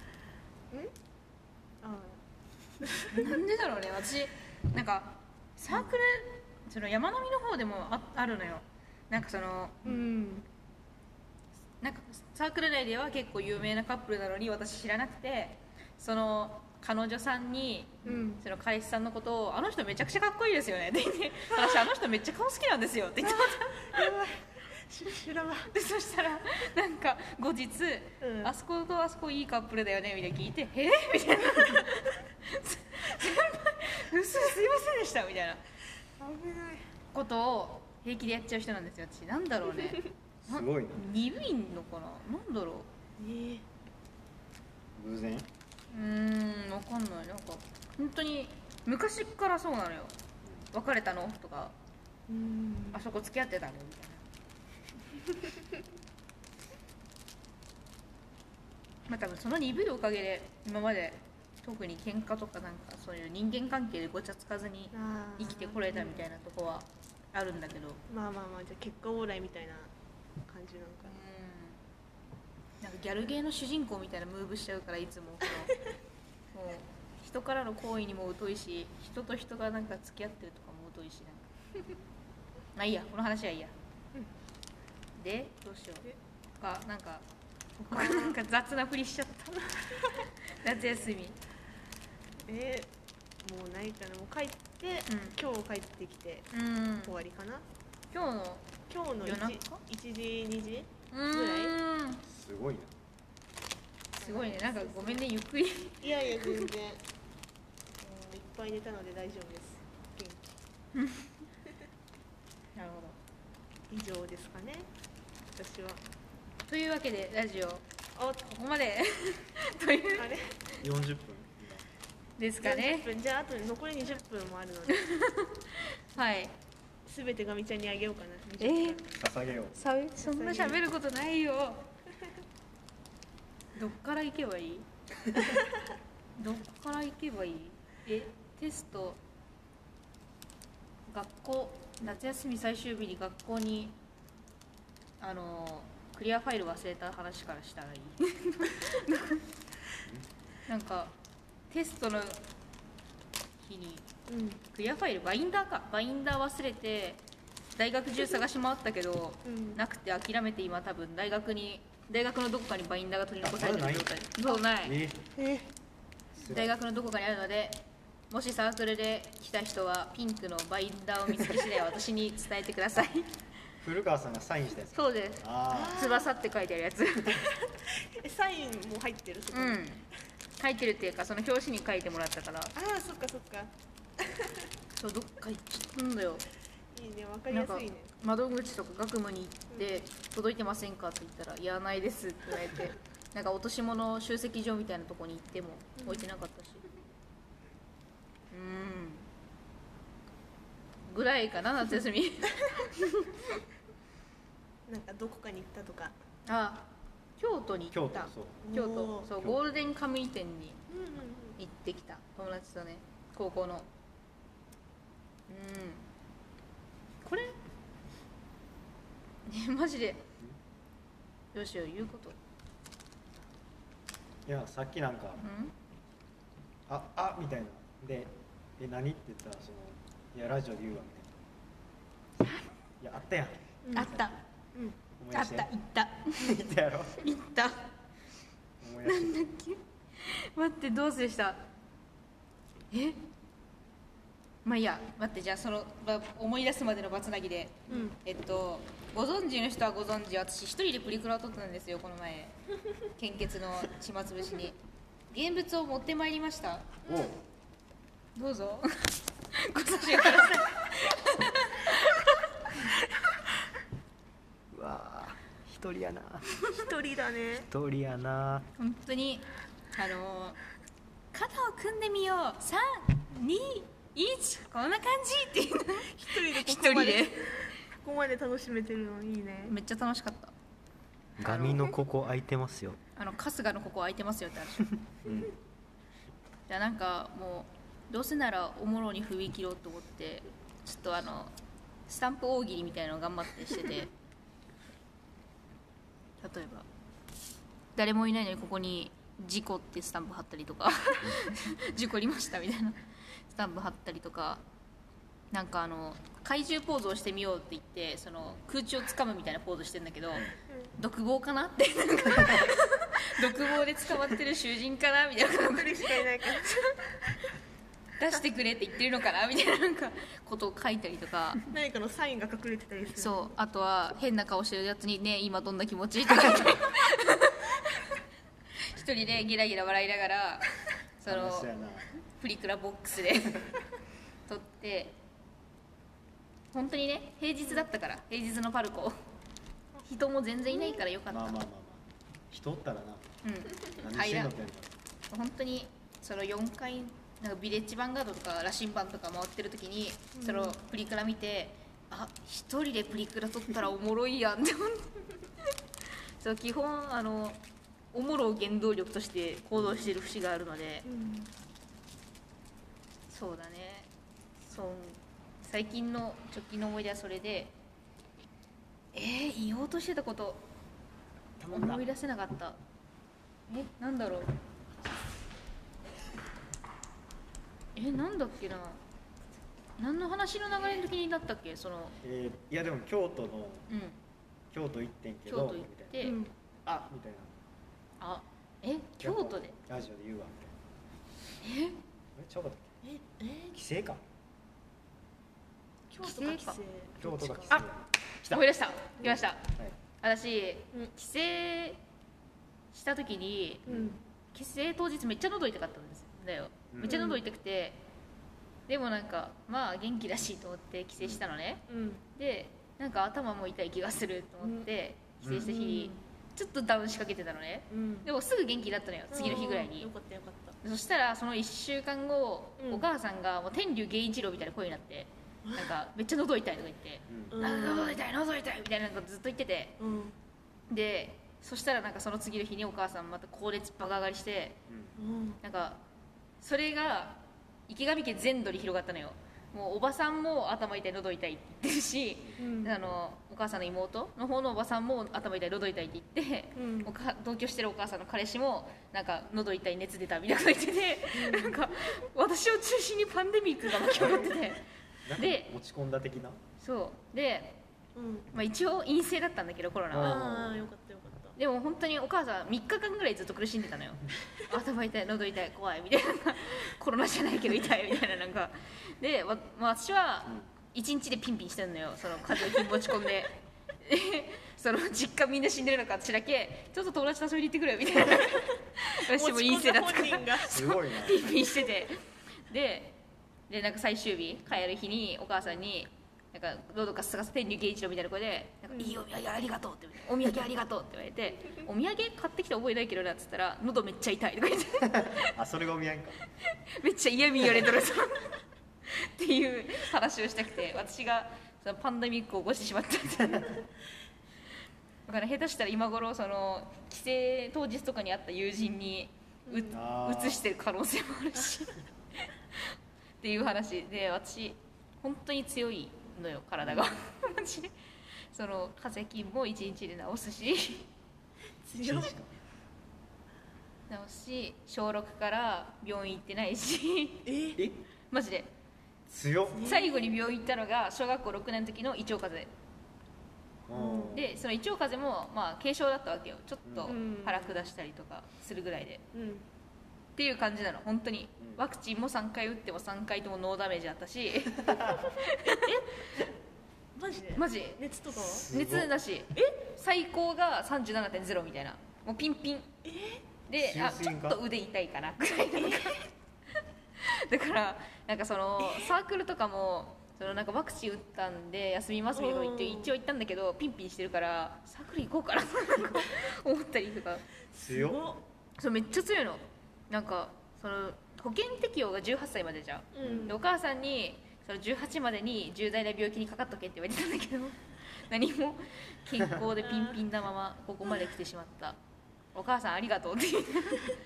ああ。なんでだろうね。私なんかサークルその山並みの方でもああるのよ。なんかそのあ。うん。 なんかサークル内では結構有名なカップルなのに私知らなくて、その彼女さんに、 うん。 その彼氏さんのことを「あの人めちゃくちゃかっこいいですよね」って言って「私あの人めっちゃ顔好きなんですよ」って言ってまやばい。し知らな。 でそしたらなんか後日、 うんあそことあそこいいカップルだよね」みたいな聞いて「えみたいな「先輩うすすいませんでした」みたいな危ない。 ことを平気でやっちゃう人なんですよ私。なんだろうね。 すごいな。 鈍いのかな、なんだろええ。 偶然？ う。うーん、わかんない。なんか本当に昔からそうなのよ。別れたのとか、 うん。 あそこ付き合ってたのみたいな。まあ多分その鈍いおかげで今まで特に喧嘩とかなんかそういう人間関係でごちゃつかずにあー生きてこれたみたいなとこはあるんだけど、 まあまあまあ、じゃあ結果オーライみたいな感じなのかうん、なんかギャルゲーの主人公みたいなムーブしちゃうからいつもそのもう人からの行為にも疎いし、人と人がなんか付き合ってるとかも疎いし、なんかまあいいや、この話はいいや。でどうしようか、なんか他なんか雑なふりしちゃった夏休み。 えー、もうないかな。もう帰って、 うん今日帰ってきてうん、 終わりかな。 今日の今日の夜中いちじにじうーんすごいな。 すごいね。なんかごめんね、ゆっくりいやいや全然、うん、いっぱい寝たので大丈夫です。元なるほ気以上ですかね、私は。 ど。というわけでラジオあ、 ここまでというあれよんじゅっぷん。 ですかね。 じゅっぷん、じゃああと残りにじゅっぷんもあるのではい。 すべてがみちゃんにあげようかな。 えー、 捧げよう。 さそんな喋ることないよ。どっから行けばいいどっから行けばいい。えテスト、学校、夏休み最終日に学校にあのクリアファイル忘れた話からしたらいいなんかテストの日にうん。 クリアファイル、バインダーかバインダー忘れて大学中探し回ったけど、 うん、 なくて諦めて今多分大学に大学のどこかにバインダーが取り残されてる状態。そうない、 ええ大学のどこかにあるので、もしサークルで来た人はピンクのバインダーを見つけ次第私に伝えてください古川さんがサインしたやつ。 そうです。 あ翼って書いてあるやつえサインも入ってるそこに。 うん書いてるっていうか、その表紙に書いてもらったから。 ああそっかそっか。 そうどっか行っちゃったんだよ。 いいね、わかりやすいね。 窓口とか学務に行って「届いてませんか?」って言ったら「いやないです」って言われてなんか落とし物集積所みたいなとこに行っても置いてなかったし、うんぐらいかな夏休みなんかどこかに行ったとか。 あ京都に行った。 京都そう京おー都そうゴールデンカムイ店にうんうんうん。 行ってきた友達とね、高校の。うんこれねマジでどうしよう言うこと。 いやさっきなんかうんああみたいなでえ何って言ったらそのいやラジオで言うわみたいな。いやあったやん。 うんあったうん。 あっ思い出して。 た行った言ったやろ。 行った思い出して。 待ってどうせしたえまあいいや待ってじゃあそのば思い出すまでの場つなぎで、 うん。 えっとご存知の人はご存知、私一人でプリクラを撮ったんですよこの前献血の暇つぶしに現物を持ってまいりました。 おうどうぞご差しくださいうわー一人やな。 一人だね。 一人やな。 本当にあの肩を組んでみようさんにいちこんな感じっていうの一人で一ここまで人でここまで楽しめてるのいいね。 めっちゃ楽しかった。 ガミのここ空いてますよ。 あの春日のここ空いてますよって話うん。 じゃあなんかもうどうせならおもろに踏み切ろうと思ってちょっとあのスタンプ大喜利みたいなのを頑張ってしてて例えば誰もいないのにここに事故ってスタンプ貼ったりとか事故りましたみたいなスタンプ貼ったりとか、なんかあの怪獣ポーズをしてみようって言ってその空中をつかむみたいなポーズしてんだけど、独房かなってなんか独房で捕まってる囚人かなみたいな一人しかいないから。 出してくれって言ってるのかなみたいななんかことを書いたりとか何かのサインが隠れてたりする。 そうあとは変な顔してるやつにね今どんな気持ちとか言って一人でギラギラ笑いながらその楽しそうやな。 プリクラボックスで撮って本当にね平日だったから平日のパルコ人も全然いないからよかった、 まあまあまあまあ人おったらなうん何してんのって本当にそのよんかいなんかビレッジヴァンガードとか羅針盤とか回ってる時に、うん、そのプリクラ見てあ一人でプリクラ撮ったらおもろいやんって思ってそう基本あのおもろを原動力として行動している節があるので、うん、そうだねそう最近の直近の思い出はそれでえー、言おうとしてたこと思い出せなかったえなんだろうえなんだっけな何の話の流れの時になったっけその、 えー、いやでも京都の、 うん、 京都行ってんけど京都行って、 みたいな、うん、あみたいなあえ京都でラジオで言うわみたいなええちゃうかったっけええ帰省か京都か帰省京都か帰省あ思い出した来ました、はい、私、 うん、 帰省した時に、 うん、 帰省当日めっちゃ喉痛かったんですだよめっちゃ喉痛くて、うん、でもなんかまあ元気だしと思って帰省したのね、うん、でなんか頭も痛い気がすると思って、うん、帰省した日にちょっとダウンしかけてたのね、うん、でもすぐ元気になったのよ次の日ぐらいによかったよかったそしたらそのいっしゅうかんご、うん、お母さんがもう天竜源一郎みたいな声になってなんかめっちゃ喉痛いとか言って、 うんなんか喉痛い喉痛いみたいなのずっと言ってて、 うんでそしたらなんかその次の日にお母さんまた高熱バカ上がりして、 うんなんかそれが池上家全土に広がったのよ。もうおばさんも頭痛い喉痛いって言ってるし、 うんあのお母さんの妹の方のおばさんも頭痛い喉痛いって言って、 うんおか同居してるお母さんの彼氏もなんか喉痛い熱出たみたいなこと言ってて、 うんなんか私を中心にパンデミックが巻き起こっててなんかで持ち込んだ的な。 そうで、 うんまあ、一応陰性だったんだけどコロナは。 ああよかったよかったでも本当にお母さんみっかかんぐらいずっと苦しんでたのよ。頭痛い喉痛い怖いみたいな、コロナじゃないけど痛いみたいな、なんかで、わまあ、私はいちにちでピンピンしてるのよ、その風邪をひ持ち込んででその実家みんな死んでるのか私だけちょっと友達と遊びに行ってくるよみたいな私も陰性だったから持ち込んだ本人がすごいな。 ピンピンしてて、ででなんか最終日帰る日にお母さんになんか喉かすがす天竜源一郎みたいな声で「なんかいいお土産ありがとう」って言われて「お土産ありがとう」って言われて「お土産買ってきた覚えないけどな」っつったら「喉めっちゃ痛い」とか言ってあ、それがお土産か。 めっちゃ嫌味言われとるっていう話をしたくて、私がそのパンデミックを起こしてしまっただから下手したら今頃その帰省当日とかに会った友人にう、 あー移してる可能性もあるしっていう話で、私本当に強いのよ体がマジで。その風邪菌もいちにちで治すし強い治すし、小ろくから病院行ってないしええ、 マジで強っ。 最後に病院行ったのが小学校ろくねんの時の胃腸風邪うんで、その胃腸風邪もまあ軽症だったわけよ。ちょっとうん腹下したりとかするぐらいで、 うんっていう感じなの本当に。 うんワクチンもさんかい打ってもさんかいともノーダメージあったしマジでマジ熱とかはすごい熱だし、最高が さんじゅうななてんゼロ みたいな、もうピンピンで、あちょっ強すぎんかと腕痛いかなぐらいなのかだからなんかそのサークルとかもそのなんかワクチン打ったんで休みますみたいなこと言ってうん一応行ったんだけど、ピンピンしてるからサークル行こうかなとなんか思ったりとか、 強っ。 そうめっちゃ強いの。なんかその保険適用がじゅうはっさいまでじゃん、 うんでお母さんにそのじゅうはちまでに重大な病気にかかっとけって言われてたんだけど何も健康でピンピンなままここまで来てしまったお母さんありがとうって言って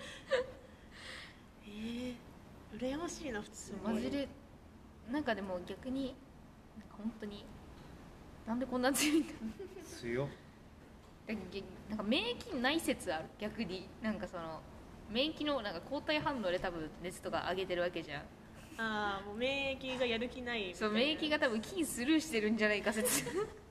えー、羨ましいな普通にマジでなんかでも逆になんか本当になんでこんな強いんだろう強っ。 だけなんか免疫ない説ある。逆になんかその免疫のなんか抗体反応で多分熱とか上げてるわけじゃん。 ああもう免疫がやる気ないみたいなそう免疫が多分菌スルーしてるんじゃないか説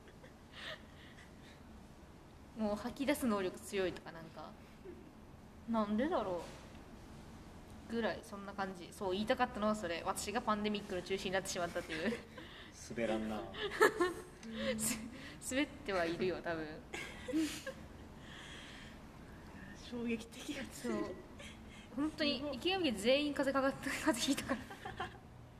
もう吐き出す能力強いとかなんかなんでだろうぐらいそんな感じ。そう言いたかったのはそれ。私がパンデミックの中心になってしまったという滑らんな。 滑ってはいるよ多分。 衝撃的やつそう本当に池上家全員風邪かかった風邪ひいたから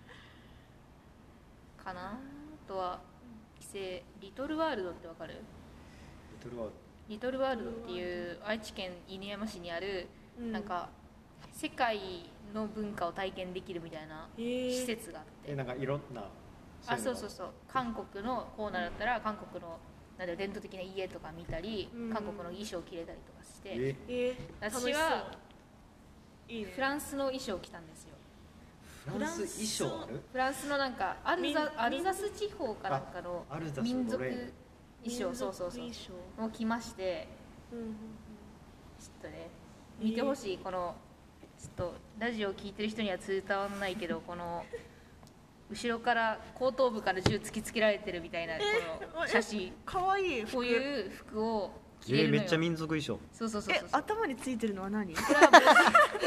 かな。あとは帰省リトルワールドってわかる？ リトルワールリトルワールドっていう愛知県犬山市にある、 うんなんか世界の文化を体験できるみたいなへー施設があっド。え、 て、 なんかいろんな。 あそうそうそう韓国のコーナーだったら韓国のなんだろう伝統的な家とか見たり、 うん韓国の衣装を着れたりとかして、 え、 えー、 私はいいねフランスの衣装を着たんですよ。 フランス衣装ある？ フランスのなんかアルザみんアルザス地方かなんかのあアルザス民族ロレーヌ衣装、そうそうそう民族衣装を着まして、 うんうんうんちょっとね見てほしい、このちょっとラジオ聞いてる人には伝わらないけど、この後ろから後頭部から銃突きつけられてるみたいなこの写真、 かわいい服こういう服を着れえー、 るのよ。 めっちゃ民族衣装。 そうそうそうえそう。 頭についてるのは何これは帽子こ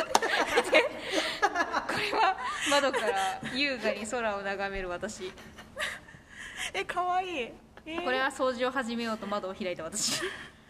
れは窓から優雅に空を眺める私。 えかわいい、えーこれは掃除を始めようと窓を開いた私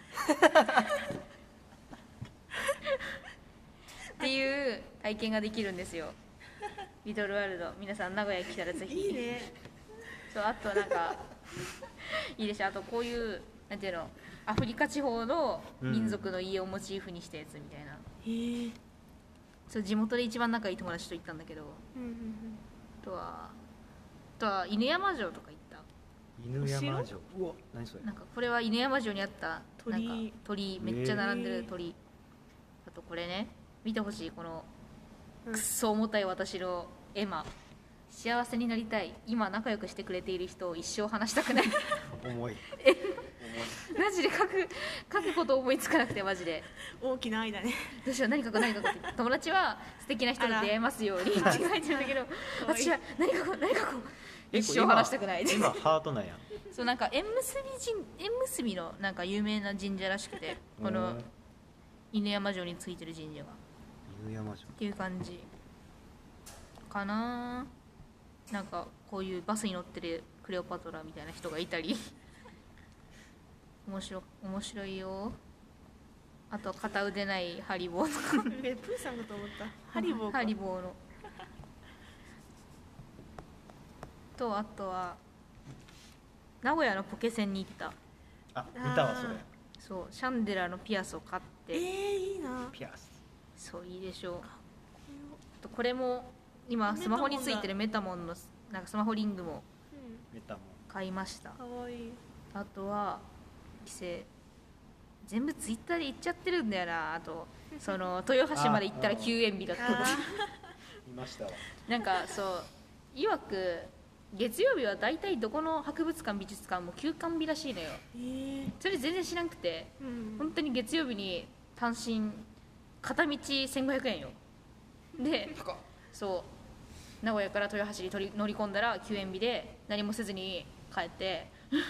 っていう体験ができるんですよ、リトルワールド。皆さん名古屋来たらぜひ。 いいねそうあとなんかいいでしょ。あとこういうなんていうの、アフリカ地方の民族の家をモチーフにしたやつみたいな、 へえそう地元で一番仲いい友達と行ったんだけど、 うんうんあとはとは犬山城とか行った。 犬山城、うわ何それ。 なんかこれは犬山城にあった鳥なんか鳥めっちゃ並んでる鳥、あとこれね見てほしい、このくっそ重たい私のエマ。幸せになりたい、今仲良くしてくれている人を一生話したくない重いマジで書く書くこと思いつかなくて、マジで大きな愛だね。 どうしよう、何書く何書くって友達は素敵な人に出会えますようにって書いてるんだけど私は何書こう何書こう、一生話したくない今ハートなんや。 そうなんか縁結び神縁結びのなんか有名な神社らしくて、この犬山城についてる神社が犬山城っていう感じかな。なんかこういうバスに乗ってるクレオパトラみたいな人がいたり面白面白いよ。あと片腕ないハリボーとかえプーさんかと思った。ハリボーか。 ハリボーのと、あとは名古屋のポケセンに行った。 あ見たわそれ。 そうシャンデラのピアスを買ってえー、いいな。 ピアス。 そういいでしょう。あとこれも今スマホについてるメタモンのなんかスマホリングもメタモン買いました。 かわいい。 あとは規制全部ツイッターで言っちゃってるんだよな。あとその豊橋まで行ったら休園日だったとか見ましたわ。 なんかそういわく月曜日は大体どこの博物館美術館も休館日らしいのよ。 えー、 それ全然知らなくて、 うん、 本当に月曜日に単身片道せんごひゃくえんよ。でそう名古屋から豊橋に取り乗り込んだら休園日で何もせずに帰って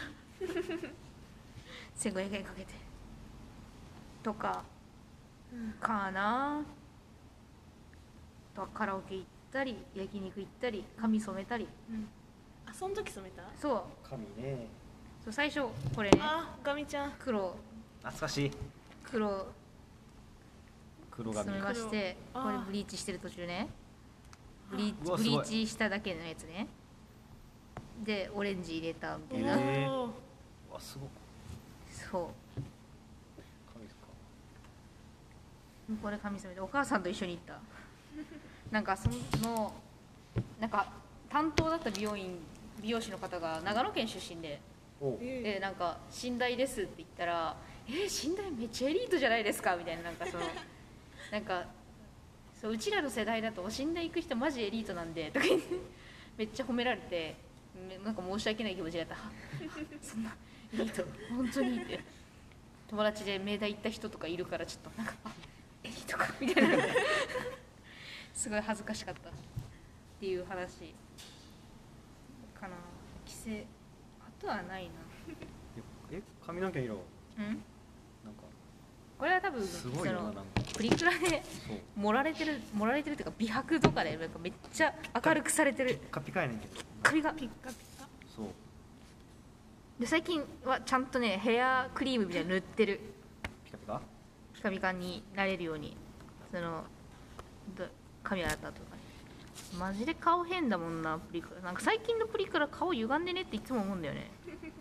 せんごひゃくえんかけてとかかな。あとはカラオケ行ったり焼肉行ったり髪染めたり、 うん、あその時染めた。 そう髪ね。 そう最初これねあガミちゃん黒懐かしい。 黒黒髪染めまして黒これブリーチしてる途中ねブリうわブリーチしただけのやつねでオレンジ入れたみたいな、 えーおーわすごい。 そう髪ですか。 これ髪染めてお母さんと一緒に行ったなんかそのなんか担当だった美容院美容師の方が長野県出身でおえでなんか「寝台です」って言ったら「えー、寝台めっちゃエリートじゃないですか」みたいななんかそのなんかそううちらの世代だと寝台行く人マジエリートなんでとか言ってめっちゃ褒められてなんか申し訳ない気持ちだったそんなエリート本当にって友達で明大行った人とかいるからちょっとなんかあエリートかみたいなすごい恥ずかしかったっていう話かな。規制あとはないな。 え髪の毛色うんなんかこれは多分すごいよな。 そのなんかプリクラでそう盛られてる盛られてるっていうか美白とかでなんかめっちゃ明るくされてるピッカピカやねんけど。 髪がピッカピカ。 そうで最近はちゃんとねヘアクリームみたいなの塗ってるピカピカ。 ピカピカになれるようにそのど髪洗った後とかね。マジで顔変だもんなプリクラ。なんか最近のプリクラ顔歪んでねっていつも思うんだよね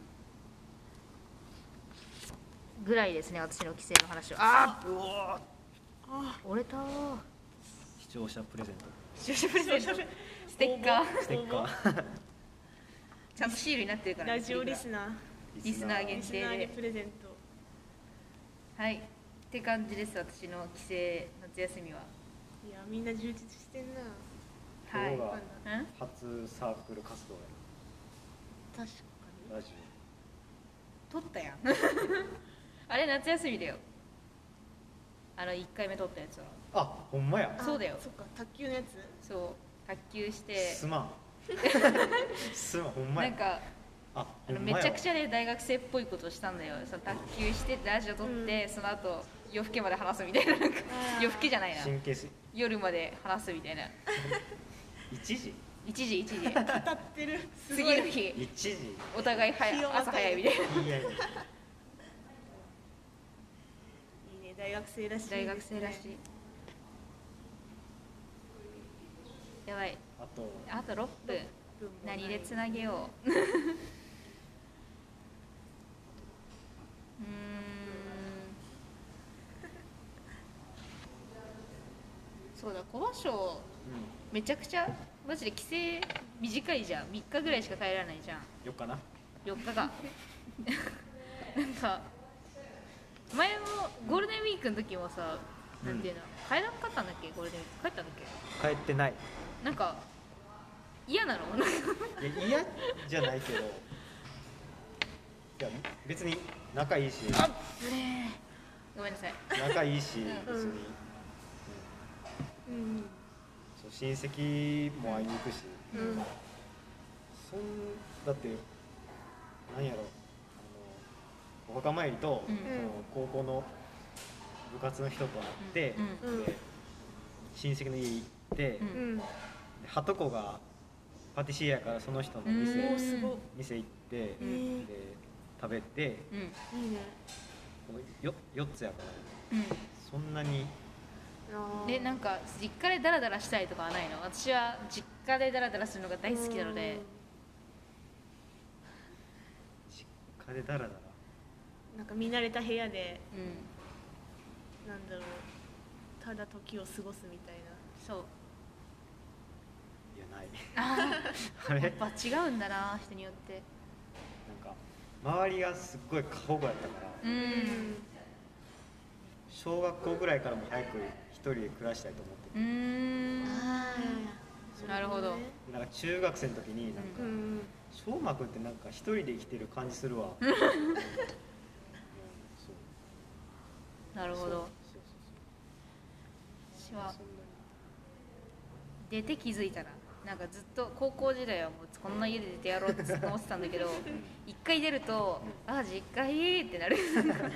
ぐらいですね私の規制の話は。あうわあ折れたー。 視聴者プレゼント。 視聴者プレゼントステッカーステッカー。 ちゃんとシールになってるからね、 ラジオリスナーリスナー限リスナーに定でプレゼント。 はいって感じです。私の帰省夏休みは。 いやみんな充実してんな。 はい。 今日がうん初サークル活動や。 確かに。 ラジ撮ったやんあれ夏休みだよ。あのいっかいめ撮ったやつは。 オ。あほんまや。 そうだよあそっか卓球のやつ。 そう卓球してすまん。すまんほんまや。 なんかああのめちゃくちゃね大学生っぽいことをしたんだよ。その卓球してラジオ撮って、その後夜更けまで話すみたいな。なんか夜更けじゃないな神経質。 夜まで話すみたいな。 一時。 いちじいちじ語ってる。すごい次の日一時。 お互い早日をまたいで朝早いみたいないやいや。 いいね大学生らしいですね。 大学生らしい。やばいあとあとろっぷん何でつなげよううーんそうだ小場所めちゃくちゃマジで帰省短いじゃん。みっかぐらいしか帰らないじゃん。 よっかな。 よっかかなんか前もゴールデンウィークの時もさ、なんていうの、帰らんかったんだっけ。ゴールデンウィーク帰ったんだっ帰ってない。 け。なんか嫌なのなんかいや嫌じゃないけど、いや別に仲いいし、 あっぶねーごめんなさい。 仲いいし、 うん別に、 うんうんそう親戚も会いに行くし、 うんそんだってなんやろ、あのお墓参りと、 うんその高校の部活の人と会って、 うんうんで親戚の家行って、 うんうんではとこがパティシエやからその人のうん店おーすごい店行って、 うんで食べて、 うんいいねよよっつやからうんそんなにあーでなんか実家でダラダラしたいとかはないの？私は実家でダラダラするのが大好きなので、 実家でダラダラうんなんか見慣れた部屋でうん、 なんだろうただ時を過ごすみたいなそう。 いやないああれーやっぱ違うんだな、人によって。 なんか周りがすっごい過保護やったから、 うん、 小学校ぐらいからも早く一人で暮らしたいと思ってうーん、 あーなるほど。 て、なんか中学生の時になんかうんうん翔馬くんってなんか一人で生きてる感じするわ、うん、そうなるほど。 そうそう私はそうそんな出て気づいたら、なんかずっと高校時代はもうこんな家で出てやろうってずっと思ってたんだけど、一回出ると、あ、実家いいってなる。 うん確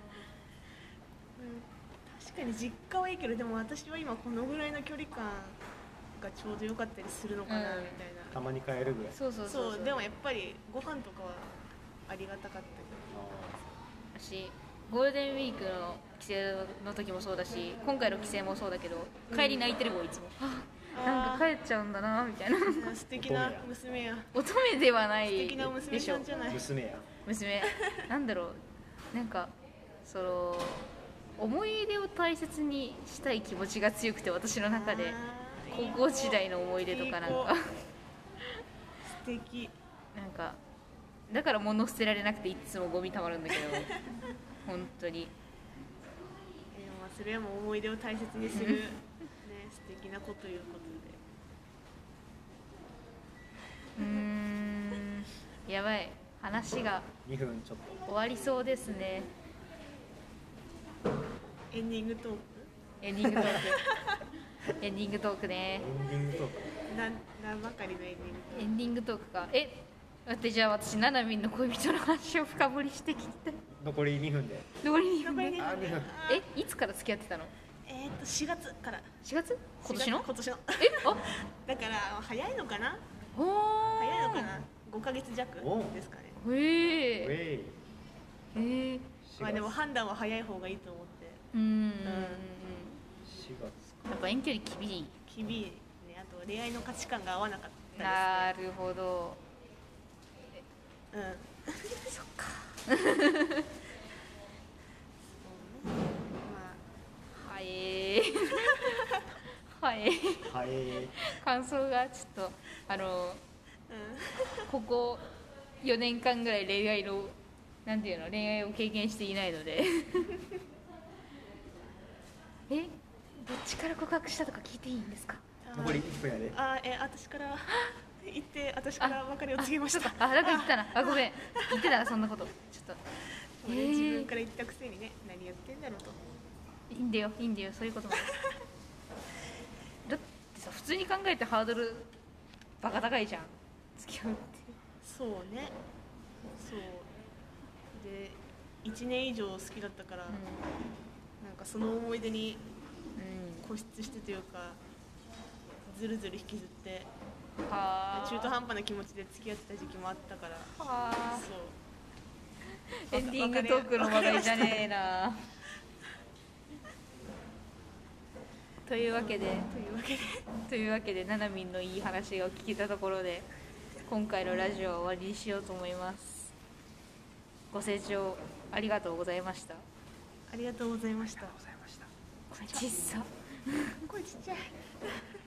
かに実家はいいけどでも私は今このぐらいの距離感がちょうど良かったりするのかなみうんたいな、 たまに帰るぐらいそうそうそうそうでもやっぱりご飯とかはありがたかったけ私ゴールデンウィークの帰省の時もそうだし、今回の帰省もそうだけど、帰り泣いてるもんいつも。あ、なんか帰っちゃうんだなみたいな。 ど素敵な娘や乙女ではない素敵な娘でしょさんじゃない娘や娘。なんだろう、なんかその思い出を大切にしたい気持ちが強くて、私の中であー高校時代の思い出とかなんか素敵なんかだから物捨てられなくていつもゴミたまるんだけど本当にでもまあそれはもう思い出を大切にするね素敵な子ということでうーんやばい、話がにふんちょっと終わりそうですね。 エンディングトークエンディングトークエンディングトークね。 エンディングトークなんなんばかりのエンディングトーエンディングトークか。え、待って、じゃあ私ななみんの恋人の話を深掘りしてきて。 残りにふんでどこにいるの？ ク残りにあにふんえ、いつから付き合ってたの？ えーっとしがつからしがつ？今年の？ 今年のえ、あ、 だから早いのかなほー。 早いのかなごかげつ弱おですかねウへえ。 ェイへえ。 まあでも判断は早い方がいいと思ってうーん。 しがつやっぱ遠距離厳しい。 厳しいねあと恋愛の価値観が合わなかったなるほど。 ですねうんそっか。 そうねまはいー。はい。 はい感想がちょっとあのあうんここよねんかんぐらい恋愛のなんていうの恋愛を経験していないのでえ、どっちから告白したとか聞いていいんですか？ 残りいっぷんやであえ私から言って私から別れを告げましたあ、なんか言ってたな。あ、ごめん。言ってたな、そんなこと。ちょっと。 俺へー自分から言ったくせにね何やってんだろうといいんだよ、いいんだよ、そういうことも。だってさ、普通に考えてハードルバカ高いじゃん。付き合うって。 そうねそうでいちねん以上好きだったから、なんかその思い出にうん。 固執してというかずるずる引きずってうん。はあ。 中途半端な気持ちで付き合ってた時期もあったからはあ。 そうエンディングトークの話題じゃねえな。というわけで、 というわけでというわけで、ななみんのいい話が聞けたところで、今回のラジオは終わりにしようと思います。ご清聴ありがとうございました。 ありがとうございましたございましたこれ小さ。 声ちっちゃい